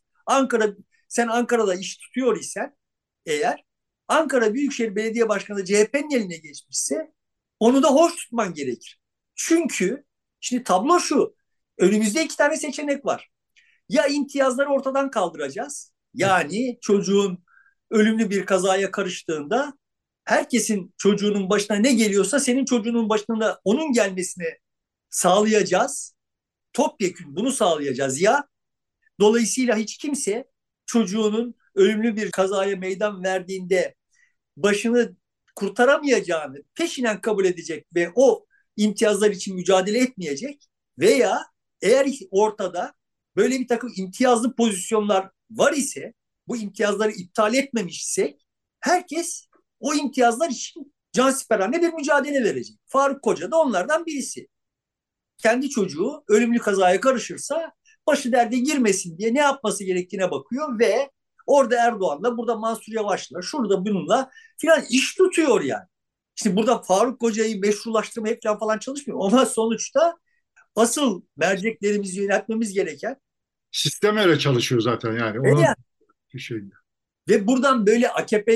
Sen Ankara'da iş tutuyor isen eğer Ankara Büyükşehir Belediye Başkanı CHP'nin eline geçmişse onu da hoş tutman gerekir. Çünkü şimdi tablo şu. Önümüzde 2 tane seçenek var. Ya imtiyazları ortadan kaldıracağız. Yani çocuğun ölümlü bir kazaya karıştığında herkesin çocuğunun başına ne geliyorsa senin çocuğunun başına da onun gelmesini sağlayacağız. Topyekün bunu sağlayacağız. Ya dolayısıyla hiç kimse çocuğunun ölümlü bir kazaya meydan verdiğinde başını kurtaramayacağını peşinen kabul edecek ve o imtiyazlar için mücadele etmeyecek veya eğer ortada böyle bir takım imtiyazlı pozisyonlar var ise, bu imtiyazları iptal etmemişsek, herkes o imtiyazlar için cansiperane bir mücadele verecek. Faruk Koca da onlardan birisi. Kendi çocuğu ölümlü kazaya karışırsa başı derde girmesin diye ne yapması gerektiğine bakıyor ve orada Erdoğan'la, burada Mansur Yavaş'la, şurada bununla filan iş tutuyor yani. İşte burada Faruk Koca'yı meşrulaştırmaya falan çalışmıyor. Ama sonuçta asıl merceklerimizi yönetmemiz gereken Sistem öyle çalışıyor zaten yani. yani. Onun şeyinde. Ve buradan böyle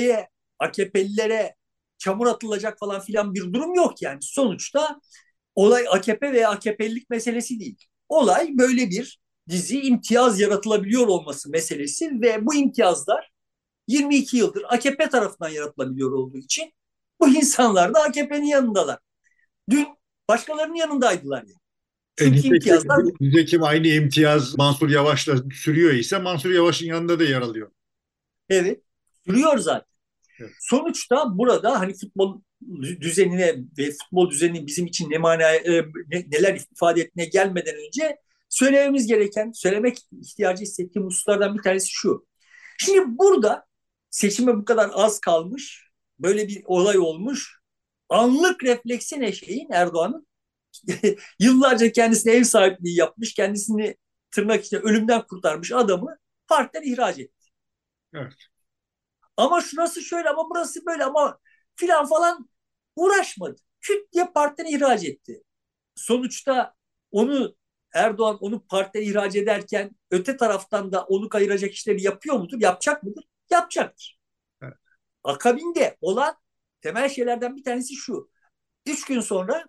AKP'lilere çamur atılacak falan filan bir durum yok yani. Sonuçta olay AKP veya AKP'lilik meselesi değil. Olay böyle bir dizi imtiyaz yaratılabiliyor olması meselesi ve bu imtiyazlar 22 yıldır AKP tarafından yaratılabiliyor olduğu için bu insanlar da AKP'nin yanındalar. Dün başkalarının yanındaydılar ya. Çünkü Nitekim, imtiyazlar nitekim aynı imtiyaz Mansur Yavaş'la sürüyor ise Mansur Yavaş'ın yanında da yer alıyor. evet sürüyor zaten. Evet. Sonuçta burada hani futbol düzenine ve futbol düzeninin bizim için neler ifade ettiğine gelmeden önce söylemek ihtiyacı hissettiğim hususlardan bir tanesi şu. Şimdi burada seçime bu kadar az kalmış, böyle bir olay olmuş. Anlık refleksi ne şeyin, Erdoğan'ın? Yıllarca kendisine ev sahipliği yapmış, kendisini tırnak içinde ölümden kurtarmış adamı partiden ihraç etti. Evet. Ama şurası şöyle, ama burası böyle, ama filan falan uğraşmadı. Küt diye partiden ihraç etti. Sonuçta onu Erdoğan onu partiden ihraç ederken öte taraftan da onu kayıracak işleri yapıyor mudur? Yapacak mıdır? Yapacaktır. Evet. Akabinde olan temel şeylerden bir tanesi şu. 3 gün sonra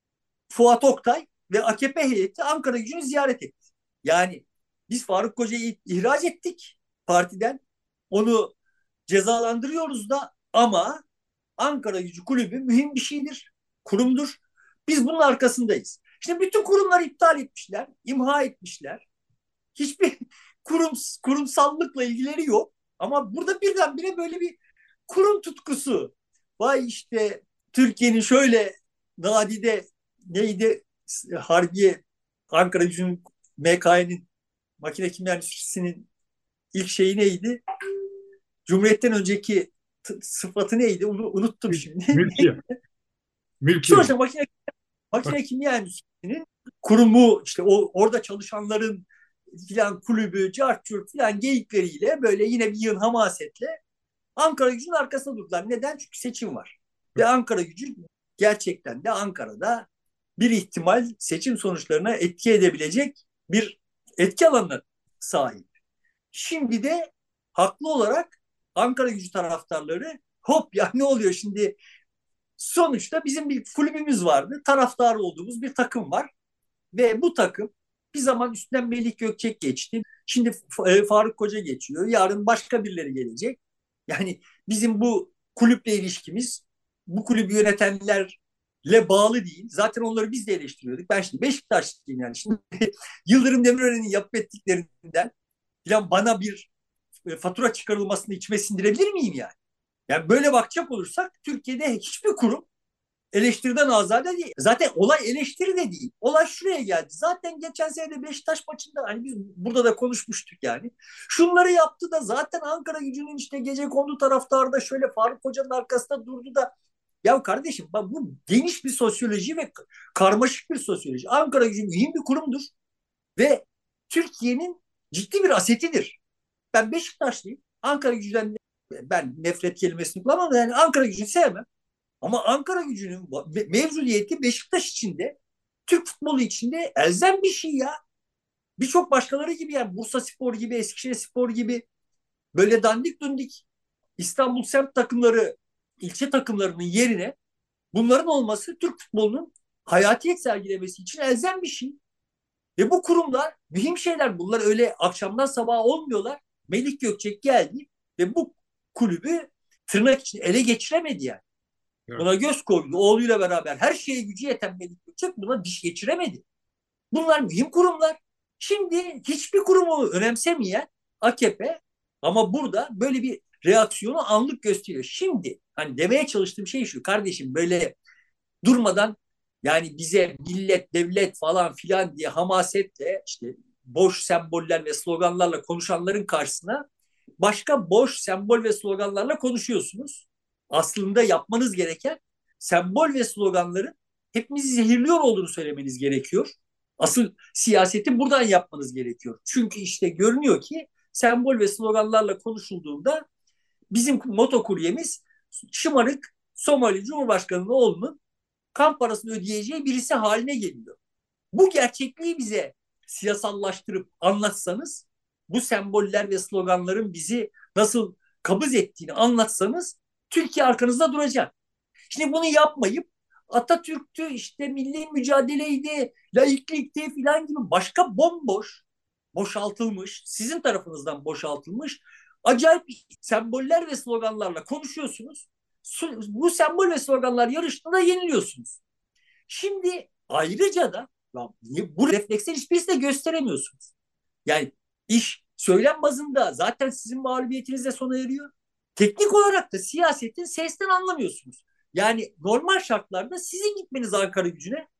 Fuat Oktay ve AKP heyeti Ankara Gücü'nü ziyaret etti. Yani biz Faruk Koca'yı ihraç ettik partiden. Onu cezalandırıyoruz da, ama Ankara Gücü Kulübü mühim bir şeydir, kurumdur. Biz bunun arkasındayız. İşte bütün kurumları iptal etmişler, imha etmişler. Hiçbir kurum kurumsallıkla ilgileri yok. Ama burada birdenbire böyle bir kurum tutkusu. Vay işte Türkiye'nin şöyle nadide neydi, Harbiye, Ankara Gücü'nün, MK'nin, makine kimya endüstrisinin ilk şeyi neydi? Cumhuriyet'ten önceki sıfatı neydi? Onu unuttum şimdi. Mülkiye. Mülkiye. Sonuçta makine kimya endüstrisinin kurumu, işte orada çalışanların filan kulübü, cartçurt filan geyikleriyle böyle yine bir yığın hamasetle Ankara Gücü'nün arkasında durdular. Neden? Çünkü seçim var. Ve Ankara Gücü gerçekten de Ankara'da bir ihtimal seçim sonuçlarına etki edebilecek bir etki alanına sahip. Şimdi de haklı olarak Ankara Gücü taraftarları, hop ya ne oluyor şimdi, sonuçta bizim bir kulübümüz vardı. Taraftar olduğumuz bir takım var. Ve bu takım bir zaman üstünden Melih Gökçek geçti. Şimdi Faruk Koca geçiyor. Yarın başka birileri gelecek. Yani bizim bu kulüple ilişkimiz bu kulübü yönetenlerle bağlı değil. Zaten onları biz de eleştiriyorduk. Ben şimdi Beşiktaşlıyım yani. Şimdi Yıldırım Demirören'in yapıp ettiklerinden falan bana bir fatura çıkarılmasını içime sindirebilir miyim yani? Yani böyle bakacak olursak Türkiye'de hiçbir kurum eleştiriden azade değil. Zaten olay eleştiri de değil. Olay şuraya geldi. Zaten geçen sene de Beşiktaş maçında, hani biz burada da konuşmuştuk yani. Şunları yaptı da zaten Ankara Gücü'nün işte gecekondu taraftarı da şöyle Faruk Hoca'nın arkasında durdu da, ya kardeşim bak, bu geniş bir sosyoloji ve karmaşık bir sosyoloji. Ankara Gücü mühim bir kurumdur ve Türkiye'nin ciddi bir asetidir. Ben Beşiktaşlıyım. Ankara Gücü'den ben nefret kelimesini kullanmam, yani Ankara Gücü'nü sevmem. Ama Ankara Gücü'nün mevcudiyeti Beşiktaş içinde, Türk futbolu içinde elzem bir şey ya. Birçok başkaları gibi, yani Bursa Spor gibi, Eskişehir Spor gibi böyle dandik dundik İstanbul semt takımları, ilçe takımlarının yerine bunların olması Türk futbolunun hayatiyet sergilemesi için elzem bir şey. Ve bu kurumlar mühim şeyler. Bunlar öyle akşamdan sabaha olmuyorlar. Melih Gökçek geldi ve bu kulübü tırnak için ele geçiremedi yani. Evet. Buna göz koydu. Oğluyla beraber her şeye gücü yeten Melih Gökçek buna diş geçiremedi. Bunlar mühim kurumlar. Şimdi hiçbir kurumu önemsemeyen AKP, ama burada böyle bir reaksiyonu anlık gösteriyor. Şimdi hani demeye çalıştığım şey şu: kardeşim, böyle durmadan Yani bize millet, devlet falan filan diye hamasetle işte boş semboller ve sloganlarla konuşanların karşısına başka boş sembol ve sloganlarla konuşuyorsunuz. Aslında yapmanız gereken sembol ve sloganların hepimizi zehirliyor olduğunu söylemeniz gerekiyor. Asıl siyaseti buradan yapmanız gerekiyor. Çünkü işte görünüyor ki sembol ve sloganlarla konuşulduğunda bizim motokuryemiz şımarık Somali Cumhurbaşkanı'nın oğlunun kamp parasını ödeyeceği birisi haline geliyor. Bu gerçekliği bize siyasallaştırıp anlatsanız, bu semboller ve sloganların bizi nasıl kabız ettiğini anlatsanız, Türkiye arkanızda duracak. Şimdi bunu yapmayıp Atatürk'tü, işte milli mücadeleydi, laiklikti filan gibi başka bomboş, boşaltılmış, sizin tarafınızdan boşaltılmış acayip semboller ve sloganlarla konuşuyorsunuz. Bu sembol ve sloganlar yarışında yeniliyorsunuz. Şimdi ayrıca da bu refleksler hiçbirisi de gösteremiyorsunuz. Yani iş söylem bazında zaten sizin mağlubiyetinizle sona eriyor. Teknik olarak da siyasetin sesten anlamıyorsunuz. Yani normal şartlarda sizin gitmeniz Ankara gücüne,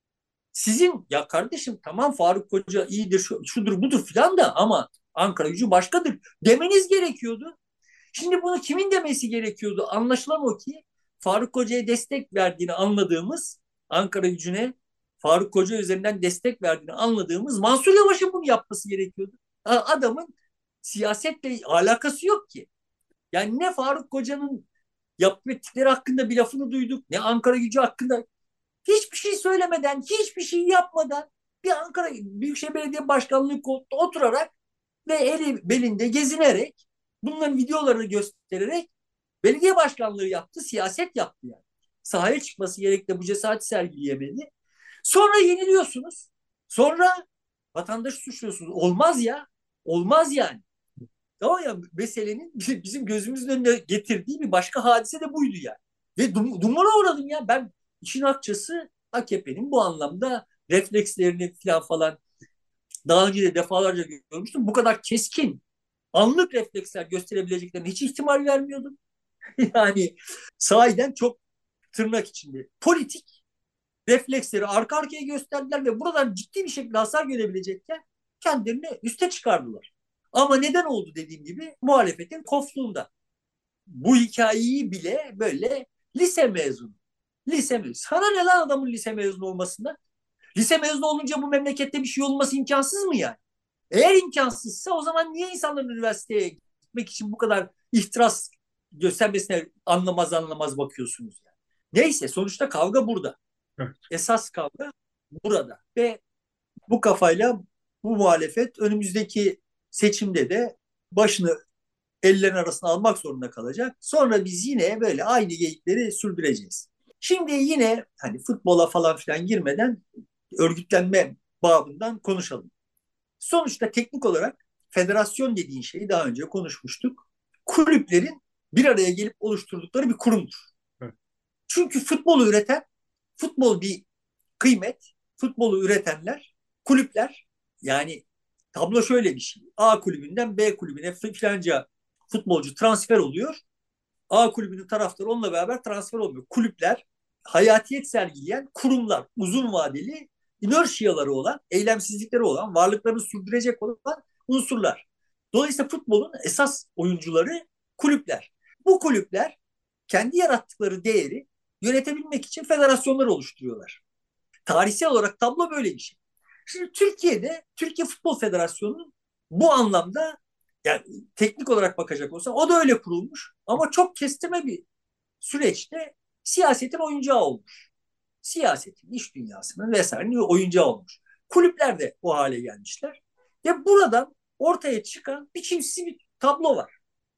sizin ya kardeşim tamam Faruk Koca iyidir, şudur budur filan da ama Ankara gücü başkadır demeniz gerekiyordu. Şimdi bunu kimin demesi gerekiyordu? Anlaşılan o ki Faruk Koca'ya destek verdiğini anladığımız, Ankara gücüne Faruk Koca üzerinden destek verdiğini anladığımız Mansur Yavaş'ın bunu yapması gerekiyordu. Adamın siyasetle alakası yok ki. Yani ne Faruk Koca'nın yaptıkları hakkında bir lafını duyduk, ne Ankara gücü hakkında hiçbir şey söylemeden, hiçbir şey yapmadan bir Ankara Büyükşehir Belediye Başkanlığı koltuğunda oturarak ve eli belinde gezinerek bunların videolarını göstererek belediye başkanlığı yaptı, siyaset yaptı yani. Sahaya çıkması gerekli bu cesareti sergileyemedi. Sonra yeniliyorsunuz. Sonra vatandaşı suçluyorsunuz. Olmaz ya. Olmaz yani. Ama ya meselenin bizim gözümüzün önüne getirdiği bir başka hadise de buydu yani. Ve dumura uğradım ya. Ben işin akçası AKP'nin bu anlamda reflekslerini falan daha önce de defalarca görmüştüm. Bu kadar keskin, anlık refleksler gösterebileceklerine hiç ihtimal vermiyordum. Yani sahiden çok tırnak içinde politik refleksleri arka arkaya gösterdiler ve buradan ciddi bir şekilde hasar görebilecekken kendilerini üste çıkardılar. Ama neden oldu dediğim gibi muhalefetin kofluğunda. Bu hikayeyi bile böyle lise mezunu. Lise mezunu. Sana ne lan adamın lise mezunu olmasından? Lise mezunu olunca bu memlekette bir şey olması imkansız mı yani? Eğer imkansızsa o zaman niye insanların üniversiteye gitmek için bu kadar ihtiras göstermesine anlamaz bakıyorsunuz yani? Neyse sonuçta kavga burada. Evet. Esas kavga burada. Ve bu kafayla bu muhalefet önümüzdeki seçimde de başını ellerin arasına almak zorunda kalacak. Sonra biz yine böyle aynı geyikleri sürdüreceğiz. Şimdi yine hani futbola falan filan girmeden örgütlenme babından konuşalım. Sonuçta teknik olarak federasyon dediğin şeyi daha önce konuşmuştuk. Kulüplerin bir araya gelip oluşturdukları bir kurumdur. Evet. Çünkü futbolu üreten, futbol bir kıymet, futbolu üretenler, kulüpler. Yani tablo şöyle bir şey. A kulübünden B kulübüne filanca futbolcu transfer oluyor. A kulübünün taraftarı onunla beraber transfer olmuyor. Kulüpler hayatiyet sergileyen kurumlar, uzun vadeli inerşiyaları olan, eylemsizlikleri olan, varlıklarını sürdürecek olan unsurlar. Dolayısıyla futbolun esas oyuncuları kulüpler. Bu kulüpler kendi yarattıkları değeri yönetebilmek için federasyonlar oluşturuyorlar. Tarihsel olarak tablo böyle bir şey. Şimdi Türkiye'de Türkiye Futbol Federasyonu'nun bu anlamda yani teknik olarak bakacak olsa o da öyle kurulmuş ama çok kestirme bir süreçte siyasetin oyuncağı olmuş. Siyasetin, iş dünyasının vesairenin oyuncağı olmuş. Kulüpler de o hale gelmişler. Ve buradan ortaya çıkan biçimsiz bir tablo var.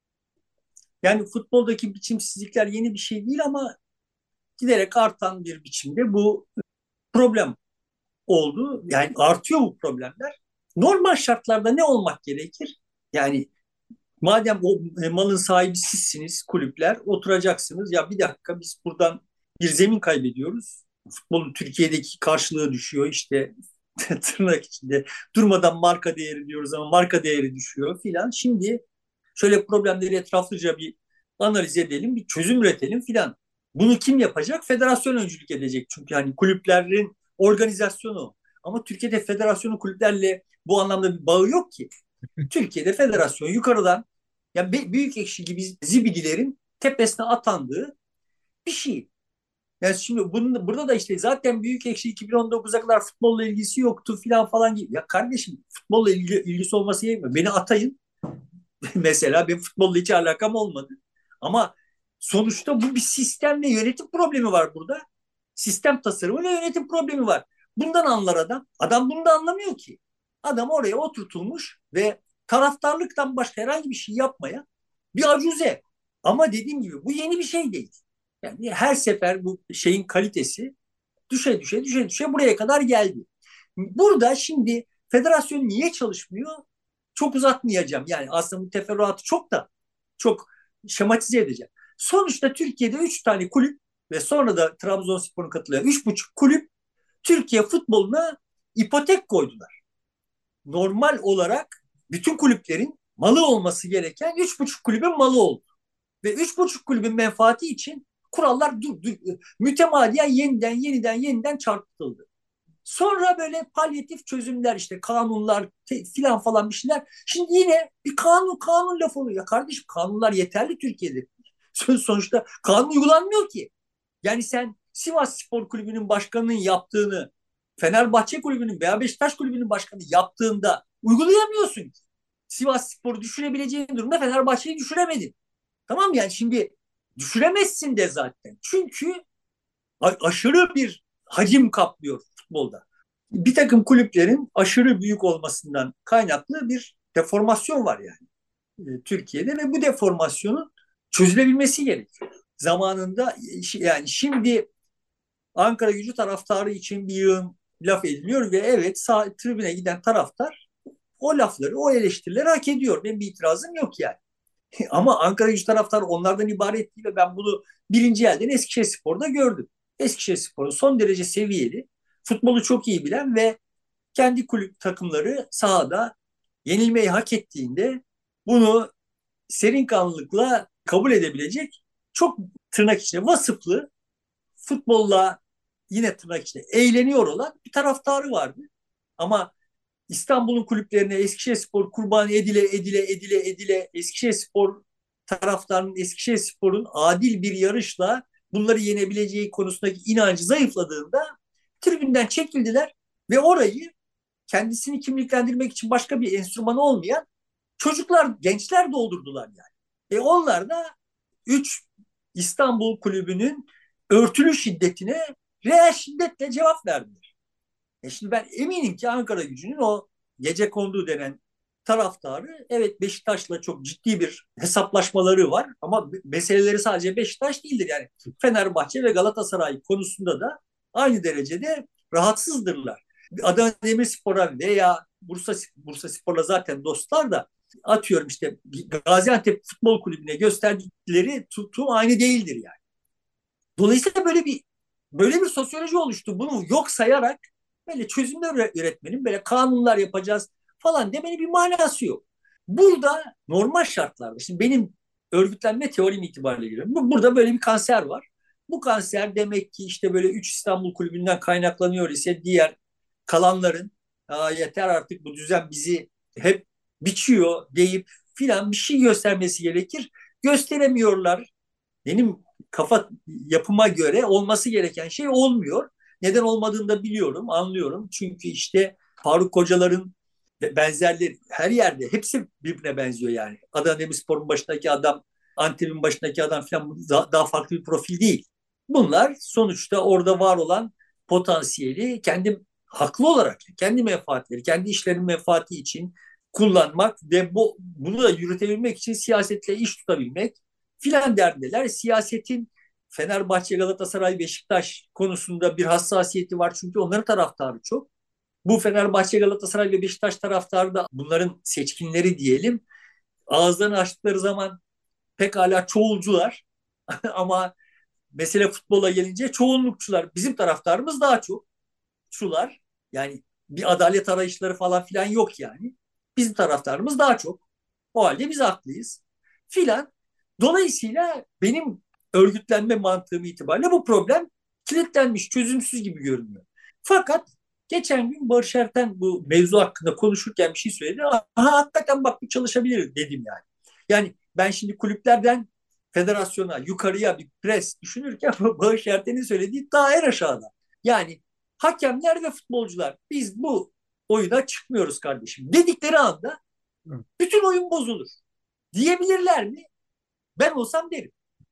Yani futboldaki biçimsizlikler yeni bir şey değil ama giderek artan bir biçimde bu problem oldu. Yani artıyor bu problemler. Normal şartlarda ne olmak gerekir? Yani madem o malın sahibi sizsiniz, kulüpler, oturacaksınız. Ya bir dakika biz buradan bir zemin kaybediyoruz. Futbolun Türkiye'deki karşılığı düşüyor. İşte tırnak içinde durmadan marka değeri diyoruz ama marka değeri düşüyor filan. Şimdi şöyle problemleri etraflıca bir analiz edelim, bir çözüm üretelim filan. Bunu kim yapacak? Federasyon öncülük edecek. Çünkü hani kulüplerin organizasyonu. Ama Türkiye'de federasyonun kulüplerle bu anlamda bir bağı yok ki. Türkiye'de federasyon yukarıdan ya büyük ekşi gibi zibidilerin tepesine atandığı bir şey. Yani şimdi burada da işte zaten büyük ekşi 2019'a kadar futbolla ilgisi yoktu filan falan gibi. Ya kardeşim futbolla ilgisi olması gerekmiyor. Beni atayın. Mesela benim futbolla hiç alakam olmadı. Ama sonuçta bu bir sistem ve yönetim problemi var burada. Sistem tasarımı ve yönetim problemi var. Bundan anlar adam. Adam bunu da anlamıyor ki. Adam oraya oturtulmuş ve taraftarlıktan başka herhangi bir şey yapmaya bir acuze. Ama dediğim gibi bu yeni bir şey değil. Yani her sefer bu şeyin kalitesi düşe düşe buraya kadar geldi. Burada şimdi federasyon niye çalışmıyor? Çok uzatmayacağım. Yani aslında bu teferruatı çok şematize edeceğim. Sonuçta Türkiye'de 3 tane kulüp ve sonra da Trabzonspor'un katılıyor. 3,5 kulüp Türkiye futboluna ipotek koydular. Normal olarak bütün kulüplerin malı olması gereken 3,5 kulübün malı oldu. Ve 3,5 kulübün menfaati için kurallar mütemadiyen yeniden çarpıtıldı. Sonra böyle palyatif çözümler işte kanunlar filan falan bir şeyler. Şimdi yine bir kanun lafı oluyor. Ya kardeşim kanunlar yeterli Türkiye'de. Sonuçta kanun uygulanmıyor ki. Yani sen Sivas Spor Kulübü'nün başkanının yaptığını Fenerbahçe Kulübü'nün veya Beşiktaş Kulübü'nün başkanı yaptığında uygulayamıyorsun ki. Sivas Spor'u düşürebileceğin durumda Fenerbahçe'yi düşüremedin. Tamam mı? Yani şimdi düşüremezsin de zaten. Çünkü aşırı bir hacim kaplıyor futbolda. Bir takım kulüplerin aşırı büyük olmasından kaynaklı bir deformasyon var yani Türkiye'de ve bu deformasyonun çözülebilmesi gerekiyor. Zamanında yani şimdi Ankara Gücü taraftarı için bir yığın laf ediliyor ve evet tribüne giden taraftar o lafları, o eleştirileri hak ediyor. Benim bir itirazım yok yani. Ama Ankara Gücü taraftarı onlardan ibaret değil ve ben bunu birinci elden Eskişehirspor'da gördüm. Eskişehirspor'un son derece seviyeli, futbolu çok iyi bilen ve kendi kulüp takımları sahada yenilmeyi hak ettiğinde bunu serin kanlılıkla kabul edebilecek çok tırnak içinde vasıflı futbolla yine tırnak içinde eğleniyor olan bir taraftarı vardı. Ama İstanbul'un kulüplerine Eskişehirspor kurban edile Eskişehirspor taraftarının Eskişehirspor'un adil bir yarışla bunları yenebileceği konusundaki inancı zayıfladığında tribünden çekildiler ve orayı kendisini kimliklendirmek için başka bir enstrümanı olmayan çocuklar, gençler doldurdular yani. Onlar da 3 İstanbul kulübünün örtülü şiddetine reel şiddetle cevap verdiler. Şimdi ben eminim ki Ankara Gücü'nün o gecekondu denen taraftarı evet Beşiktaş'la çok ciddi bir hesaplaşmaları var ama meseleleri sadece Beşiktaş değildir yani Fenerbahçe ve Galatasaray konusunda da aynı derecede rahatsızdırlar. Adana Demirspor'a veya Bursa Spor'la zaten dostlar da atıyorum işte Gaziantep Futbol Kulübü'ne gösterdikleri tutum aynı değildir yani. Dolayısıyla böyle bir sosyoloji oluştu. Bunu yok sayarak böyle çözümler üretmenin, böyle kanunlar yapacağız falan demenin bir manası yok. Burada normal şartlarda, şimdi benim örgütlenme teorim itibariyle giriyorum. Burada böyle bir kanser var. Bu kanser demek ki işte böyle 3 İstanbul Kulübü'nden kaynaklanıyor ise diğer kalanların yeter artık bu düzen bizi hep biçiyor deyip filan bir şey göstermesi gerekir. Gösteremiyorlar. Benim kafa yapıma göre olması gereken şey olmuyor. Neden olmadığını da biliyorum, anlıyorum. Çünkü işte Faruk Kocalar'ın benzerleri her yerde hepsi birbirine benziyor yani. Adana Demirspor'un başındaki adam, Antep'in başındaki adam falan daha farklı bir profil değil. Bunlar sonuçta orada var olan potansiyeli kendi haklı olarak kendi menfaatleri, kendi işlerinin menfaati için kullanmak ve bunu da yürütebilmek için siyasetle iş tutabilmek filan derdiler. Siyasetin Fenerbahçe, Galatasaray, Beşiktaş konusunda bir hassasiyeti var çünkü onların taraftarı çok. Bu Fenerbahçe, Galatasaray ve Beşiktaş taraftarı da bunların seçkinleri diyelim. Ağızlarını açtıkları zaman pekala çoğulcular ama mesele futbola gelince çoğunlukçular. Bizim taraftarımız daha çok çular. Yani bir adalet arayışları falan filan yok yani. Bizim taraftarımız daha çok. O halde biz haklıyız filan. Dolayısıyla benim örgütlenme mantığım itibariyle bu problem kilitlenmiş, çözümsüz gibi görünüyor. Fakat geçen gün Barış Erten bu mevzu hakkında konuşurken bir şey söyledi. Aha, hakikaten bak bu çalışabilir dedim yani. Yani ben şimdi kulüplerden federasyona, yukarıya bir pres düşünürken Barış Erten'in söylediği daha en aşağıda. Yani hakemler ve futbolcular biz bu oyuna çıkmıyoruz kardeşim dedikleri anda bütün oyun bozulur. Diyebilirler mi? Ben olsam derim.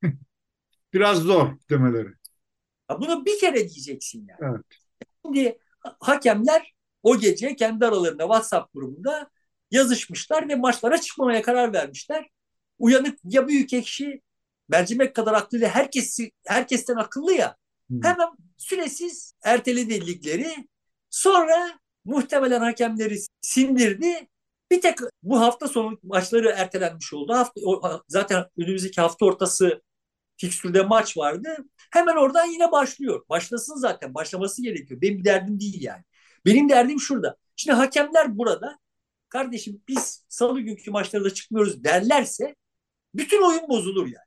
Biraz zor demeleri. Ha, bunu bir kere diyeceksin yani. Evet. Şimdi hakemler o gece kendi aralarında WhatsApp grubunda yazışmışlar ve maçlara çıkmamaya karar vermişler. Uyanık ya büyük ekşi mercimek kadar aklıyla herkesten akıllı ya Hmm. hemen süresiz erteledi ligleri. Sonra muhtemelen hakemleri sindirdi. Bir tek bu hafta sonu maçları ertelenmiş oldu. Zaten önümüzdeki hafta ortası fikstürde maç vardı. Hemen oradan yine başlıyor. Başlasın zaten. Başlaması gerekiyor. Benim derdim değil yani. Benim derdim şurada. Şimdi hakemler burada kardeşim biz salı günkü maçlarda çıkmıyoruz derlerse bütün oyun bozulur yani.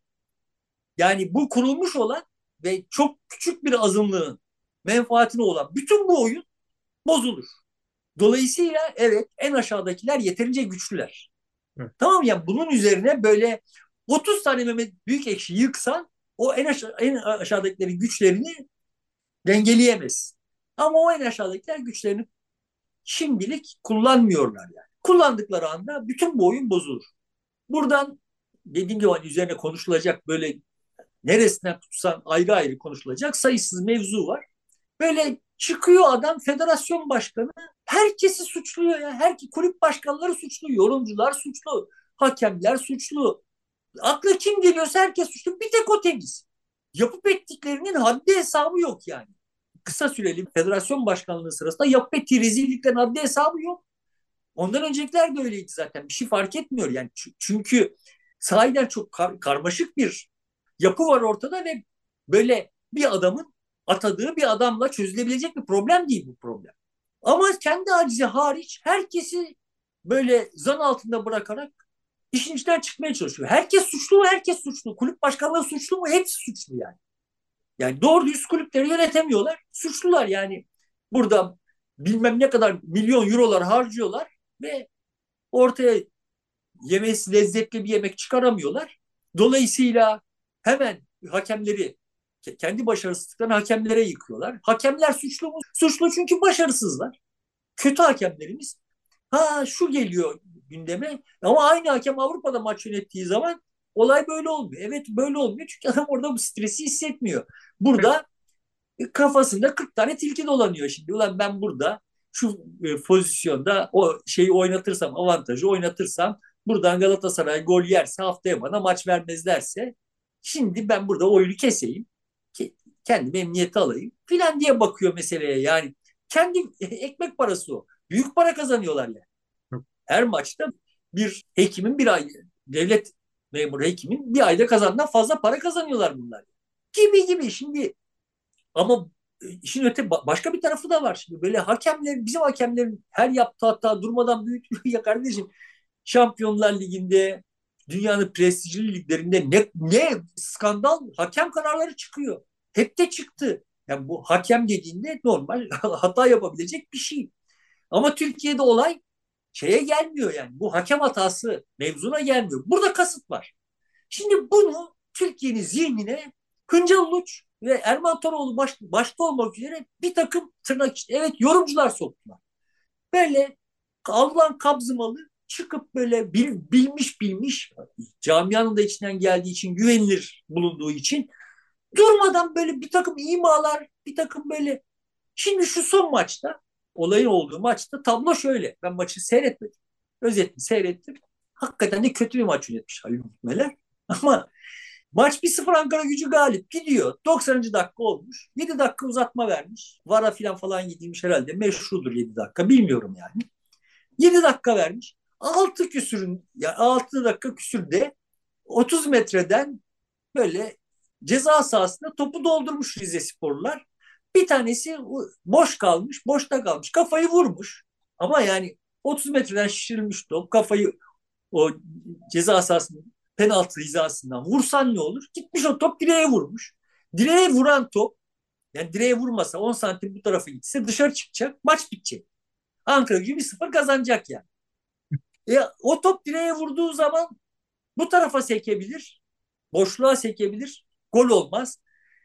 Yani bu kurulmuş olan ve çok küçük bir azınlığın menfaatine olan bütün bu oyun bozulur. Dolayısıyla evet en aşağıdakiler yeterince güçlüler. Evet. Tamam mı? Yani bunun üzerine böyle 30 tane Mehmet Büyükekşi yıksan o en aşağıdakilerin güçlerini dengeleyemez. Ama o en aşağıdakiler güçlerini şimdilik kullanmıyorlar yani. Kullandıkları anda bütün bu oyun bozulur. Buradan dediğim gibi hani üzerine konuşulacak böyle neresinden tutsan ayrı ayrı konuşulacak sayısız mevzu var. Böyle çıkıyor adam federasyon başkanı herkesi suçluyor ya. Kulüp başkanları suçlu, yorumcular suçlu, hakemler suçlu. Akla kim geliyorsa herkes suçlu. Bir tek o temiz. Yapıp ettiklerinin haddi hesabı yok yani. Kısa süreli federasyon başkanlığı sırasında yapıp ettiği rezilliklerin haddi hesabı yok. Ondan öncekiler de öyleydi zaten. Bir şey fark etmiyor yani. Çünkü sahiden çok karmaşık bir yapı var ortada ve böyle bir adamın atadığı bir adamla çözülebilecek bir problem değil bu problem. Ama kendi acizi hariç herkesi böyle zan altında bırakarak işin içinden çıkmaya çalışıyor. Herkes suçlu mu? Herkes suçlu. Kulüp başkanları suçlu mu? Hepsi suçlu yani. Yani doğru düz kulüpleri yönetemiyorlar. Suçlular yani. Burada bilmem ne kadar milyon eurolar harcıyorlar ve ortaya yemesi lezzetli bir yemek çıkaramıyorlar. Dolayısıyla hemen hakemleri kendi başarısızlıklarını hakemlere yıkıyorlar. Hakemler suçlu mu? Suçlu çünkü başarısızlar. Kötü hakemlerimiz. Ha şu geliyor gündeme ama aynı hakem Avrupa'da maç yönettiği zaman olay böyle olmuyor. Evet böyle olmuyor çünkü adam orada bu stresi hissetmiyor. Burada kafasında 40 tane tilki dolanıyor şimdi. Ulan ben burada şu pozisyonda o şeyi oynatırsam, avantajı oynatırsam buradan Galatasaray gol yerse haftaya bana maç vermezlerse şimdi ben burada oyunu keseyim. Ki, kendime emniyete alayım filan diye bakıyor meseleye. Yani kendi ekmek parası o. Büyük para kazanıyorlar yani. Her maçta bir hekimin bir ay devlet memuru hekimin bir ayda kazandığından fazla para kazanıyorlar bunlar. Gibi gibi şimdi ama işin öte başka bir tarafı da var şimdi. Böyle hakemler, bizim hakemlerin her yaptığı hata durmadan büyütüyor ya kardeşim. Şampiyonlar Ligi'nde, dünyanın prestijli liglerinde ne skandal hakem kararları çıkıyor. Hep de çıktı. Yani bu hakem dediğinde normal hata yapabilecek bir şey. Ama Türkiye'de olay şeye gelmiyor yani. Bu hakem hatası mevzuna gelmiyor. Burada kasıt var. Şimdi bunu Türkiye'nin zihnine Hıncal Uluç ve Erman Toroğlu başta olmak üzere bir takım tırnak içinde evet yorumcular soktular. Böyle alınan kabzımalı çıkıp böyle bilmiş camianın da içinden geldiği için güvenilir bulunduğu için durmadan böyle bir takım imalar bir takım böyle şimdi şu son maçta olayın olduğu maçta tablo şöyle ben maçı seyretmedim özetini seyrettim hakikaten de kötü bir maç yönetmiş Halil Hükmeler ama maç 1-0 Ankara Gücü galip gidiyor. 90. dakika olmuş. 7 dakika uzatma vermiş. VAR'a falan gidilmiş herhalde. Meşrudur 7 dakika. Bilmiyorum yani. 7 dakika vermiş. 6 küsürün yani 6 dakika küsürde 30 metreden böyle ceza sahasında topu doldurmuş Rizesporlular. Bir tanesi boş kalmış, boşta kalmış. Kafayı vurmuş. Ama yani 30 metreden şişirilmiş top. Kafayı o ceza sahasının penaltı hizasından vursan ne olur? Gitmiş o top direğe vurmuş. Direğe vuran top, yani direğe vurmasa 10 santim bu tarafa gitse dışarı çıkacak, maç bitecek. Ankaragücü 1-0 kazanacak yani. O top direğe vurduğu zaman bu tarafa sekebilir, boşluğa sekebilir, gol olmaz.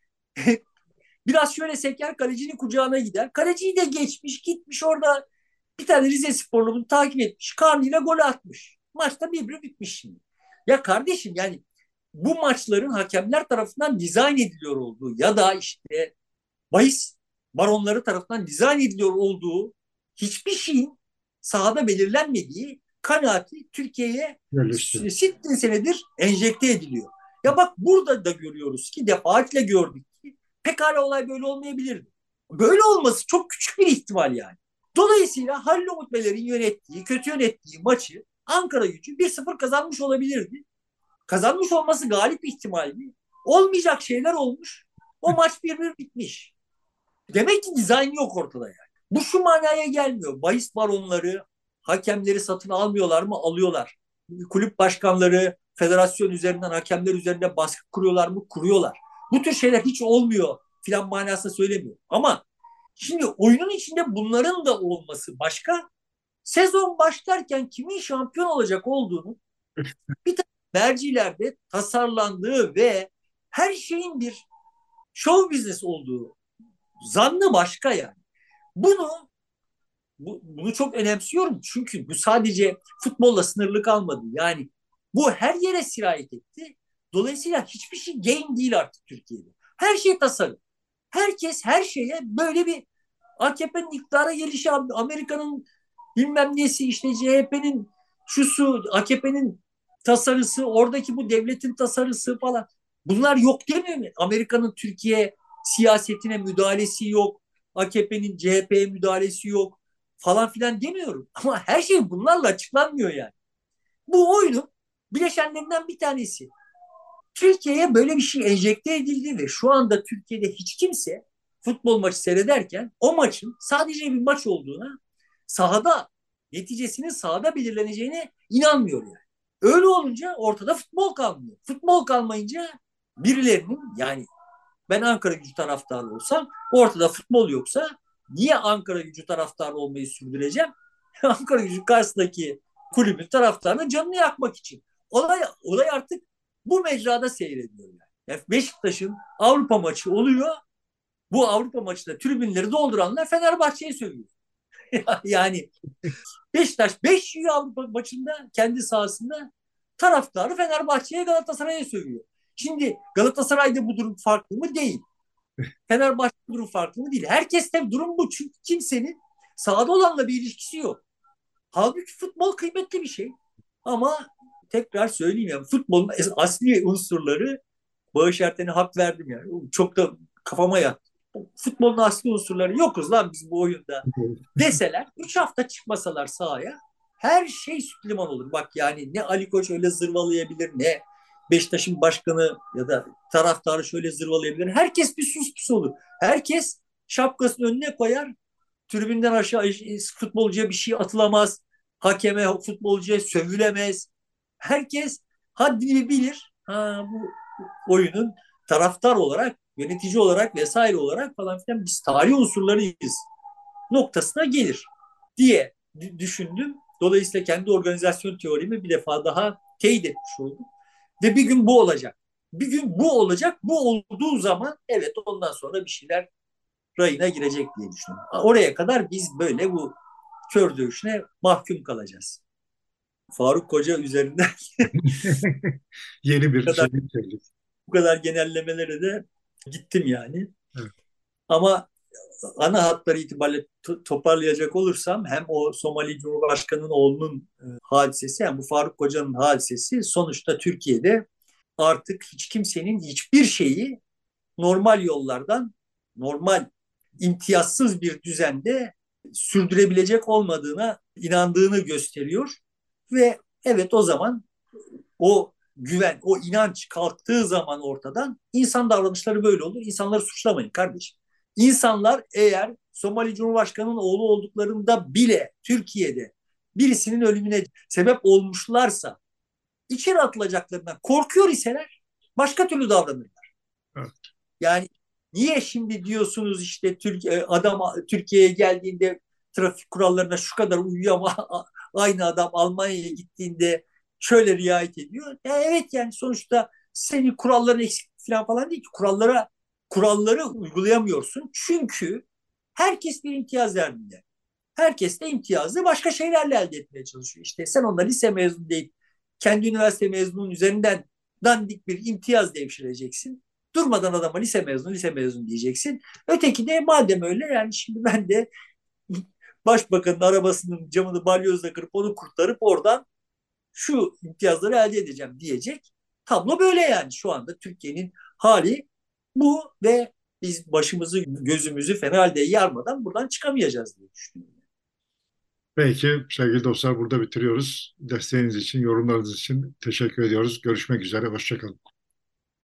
Biraz şöyle seker, kalecinin kucağına gider. Kaleciyi de geçmiş, gitmiş orada bir tane Rizesporlu bunu takip etmiş. Karnıyla gol atmış. Maçta 1-1 bitmiş şimdi. Ya kardeşim, yani bu maçların hakemler tarafından dizayn ediliyor olduğu ya da işte bahis baronları tarafından dizayn ediliyor olduğu hiçbir şeyin sahada belirlenmediği kanaati Türkiye'ye Yerleşti. sittin senedir enjekte ediliyor. Ya bak, burada da görüyoruz ki, defaatle gördük ki pekala olay böyle olmayabilirdi. Böyle olması çok küçük bir ihtimal yani. Dolayısıyla Halil Umut Meler'in yönettiği, kötü yönettiği maçı Ankara-Gücü 1-0 kazanmış olabilirdi. Kazanmış olması galip ihtimal mi? Olmayacak şeyler olmuş. O maç 1-1 bitmiş. Demek ki dizayn yok ortada yani. Bu şu manaya gelmiyor. Bahis baronları hakemleri satın almıyorlar mı? Alıyorlar. Kulüp başkanları federasyon üzerinden hakemler üzerinde baskı kuruyorlar mı? Kuruyorlar. Bu tür şeyler hiç olmuyor filan manasında söylemiyor. Ama şimdi oyunun içinde bunların da olması başka. Sezon başlarken kimin şampiyon olacak olduğunu bir takım mercilerde tasarlandığı ve her şeyin bir show business olduğu zannı başka yani. Bunu bunu çok önemsiyorum. Çünkü bu sadece futbolla sınırlı kalmadı. Yani bu her yere sirayet etti. Dolayısıyla hiçbir şey game değil artık Türkiye'de. Her şey tasarım. Herkes her şeye böyle bir AKP'nin iktidara gelişi, Amerika'nın bilmem nesi, işte CHP'nin şusu, AKP'nin tasarısı, oradaki bu devletin tasarısı falan. Bunlar yok demiyor mu? Amerika'nın Türkiye siyasetine müdahalesi yok. AKP'nin CHP'ye müdahalesi yok falan filan demiyorum. Ama her şey bunlarla açıklanmıyor yani. Bu oyunun bileşenlerinden bir tanesi. Türkiye'ye böyle bir şey enjekte edildi ve şu anda Türkiye'de hiç kimse futbol maçı seyrederken o maçın sadece bir maç olduğuna, sahada neticesinin sahada belirleneceğine inanmıyor yani. Öyle olunca ortada futbol kalmıyor. Futbol kalmayınca birilerinin, yani ben Ankara Gücü taraftarı olsam, ortada futbol yoksa niye Ankara Gücü taraftarı olmayı sürdüreceğim? Ankara Gücü karşısındaki kulübün taraftarının canını yakmak için. Olay artık bu mecrada seyrediyor yani. Beşiktaş'ın Avrupa maçı oluyor. Bu Avrupa maçında tribünleri dolduranlar Fenerbahçe'yi sövüyor. Yani Beşiktaş 5 yiyor Avrupa maçında kendi sahasında, taraftarı Fenerbahçe'ye, Galatasaray'a sövüyor. Şimdi Galatasaray'da bu durum farklı mı? Değil. Fenerbahçe durum farklı mı? Değil. Herkes de durum bu. Çünkü kimsenin sahada olanla bir ilişkisi yok. Halbuki futbol kıymetli bir şey. Ama tekrar söyleyeyim, yani futbolun asli unsurları, Bağış Erten'e hak verdim yani. Çok da kafama yattı. Futbolun asli unsurları yokuz lan biz bu oyunda deseler, 3 hafta çıkmasalar sahaya, her şey süt liman olur. Bak yani, ne Ali Koç öyle zırvalayabilir, ne Beşiktaş'ın başkanı ya da taraftarı şöyle zırvalayabilir. Herkes bir sus pus olur. Herkes şapkasını önüne koyar. Tribünden aşağı futbolcuya bir şey atılamaz. Hakeme, futbolcuya sövülemez. Herkes haddini bilir. Ha, bu oyunun taraftar olarak, yönetici olarak vesaire olarak falan filan biz tarih unsurlarıyız noktasına gelir diye düşündüm. Dolayısıyla kendi organizasyon teorimi bir defa daha teyit etmiş oldum. Ve bir gün bu olacak. Bir gün bu olacak. Bu olduğu zaman evet, ondan sonra bir şeyler rayına girecek diye düşünüyorum. Oraya kadar biz böyle bu kör dövüşüne mahkum kalacağız. Faruk Koca üzerinden Yeni bu bir şey kadar, bitirdik. bu kadar genellemelere de gittim yani. Evet. Ama ana hatları itibariyle toparlayacak olursam, hem o Somali Cumhurbaşkanı'nın oğlunun hadisesi hem bu Faruk Koca'nın hadisesi, sonuçta Türkiye'de artık hiç kimsenin hiçbir şeyi normal yollardan, normal imtiyazsız bir düzende sürdürebilecek olmadığına inandığını gösteriyor. Ve evet, o zaman o güven, o inanç kalktığı zaman ortadan, insan davranışları böyle olur. İnsanları suçlamayın kardeşim. İnsanlar eğer Somali Cumhurbaşkanı'nın oğlu olduklarında bile Türkiye'de birisinin ölümüne sebep olmuşlarsa, içeri atılacaklarından korkuyor iseler başka türlü davranırlar. Evet. Yani niye şimdi diyorsunuz işte adam Türkiye'ye geldiğinde trafik kurallarına şu kadar uyuyor ama aynı adam Almanya'ya gittiğinde şöyle riayet ediyor. Evet, yani sonuçta senin kuralların eksik falan değil ki. Kuralları uygulayamıyorsun. Çünkü herkes bir imtiyaz derdinde. Herkes de imtiyazı başka şeylerle elde etmeye çalışıyor. İşte sen ona lise mezunu deyip kendi üniversite mezununun üzerinden dandik bir imtiyaz devşireceksin. Durmadan adama lise mezunu, lise mezunu diyeceksin. Öteki de madem öyle, yani şimdi ben de başbakanın arabasının camını balyozla kırıp onu kurtarıp oradan şu imtiyazları elde edeceğim diyecek. Tablo böyle yani. Şu anda Türkiye'nin hali bu ve biz başımızı gözümüzü fena halde yarmadan buradan çıkamayacağız diye düşünüyorum. Peki sevgili dostlar, burada bitiriyoruz. Desteğiniz için, yorumlarınız için teşekkür ediyoruz. Görüşmek üzere, hoşça kalın.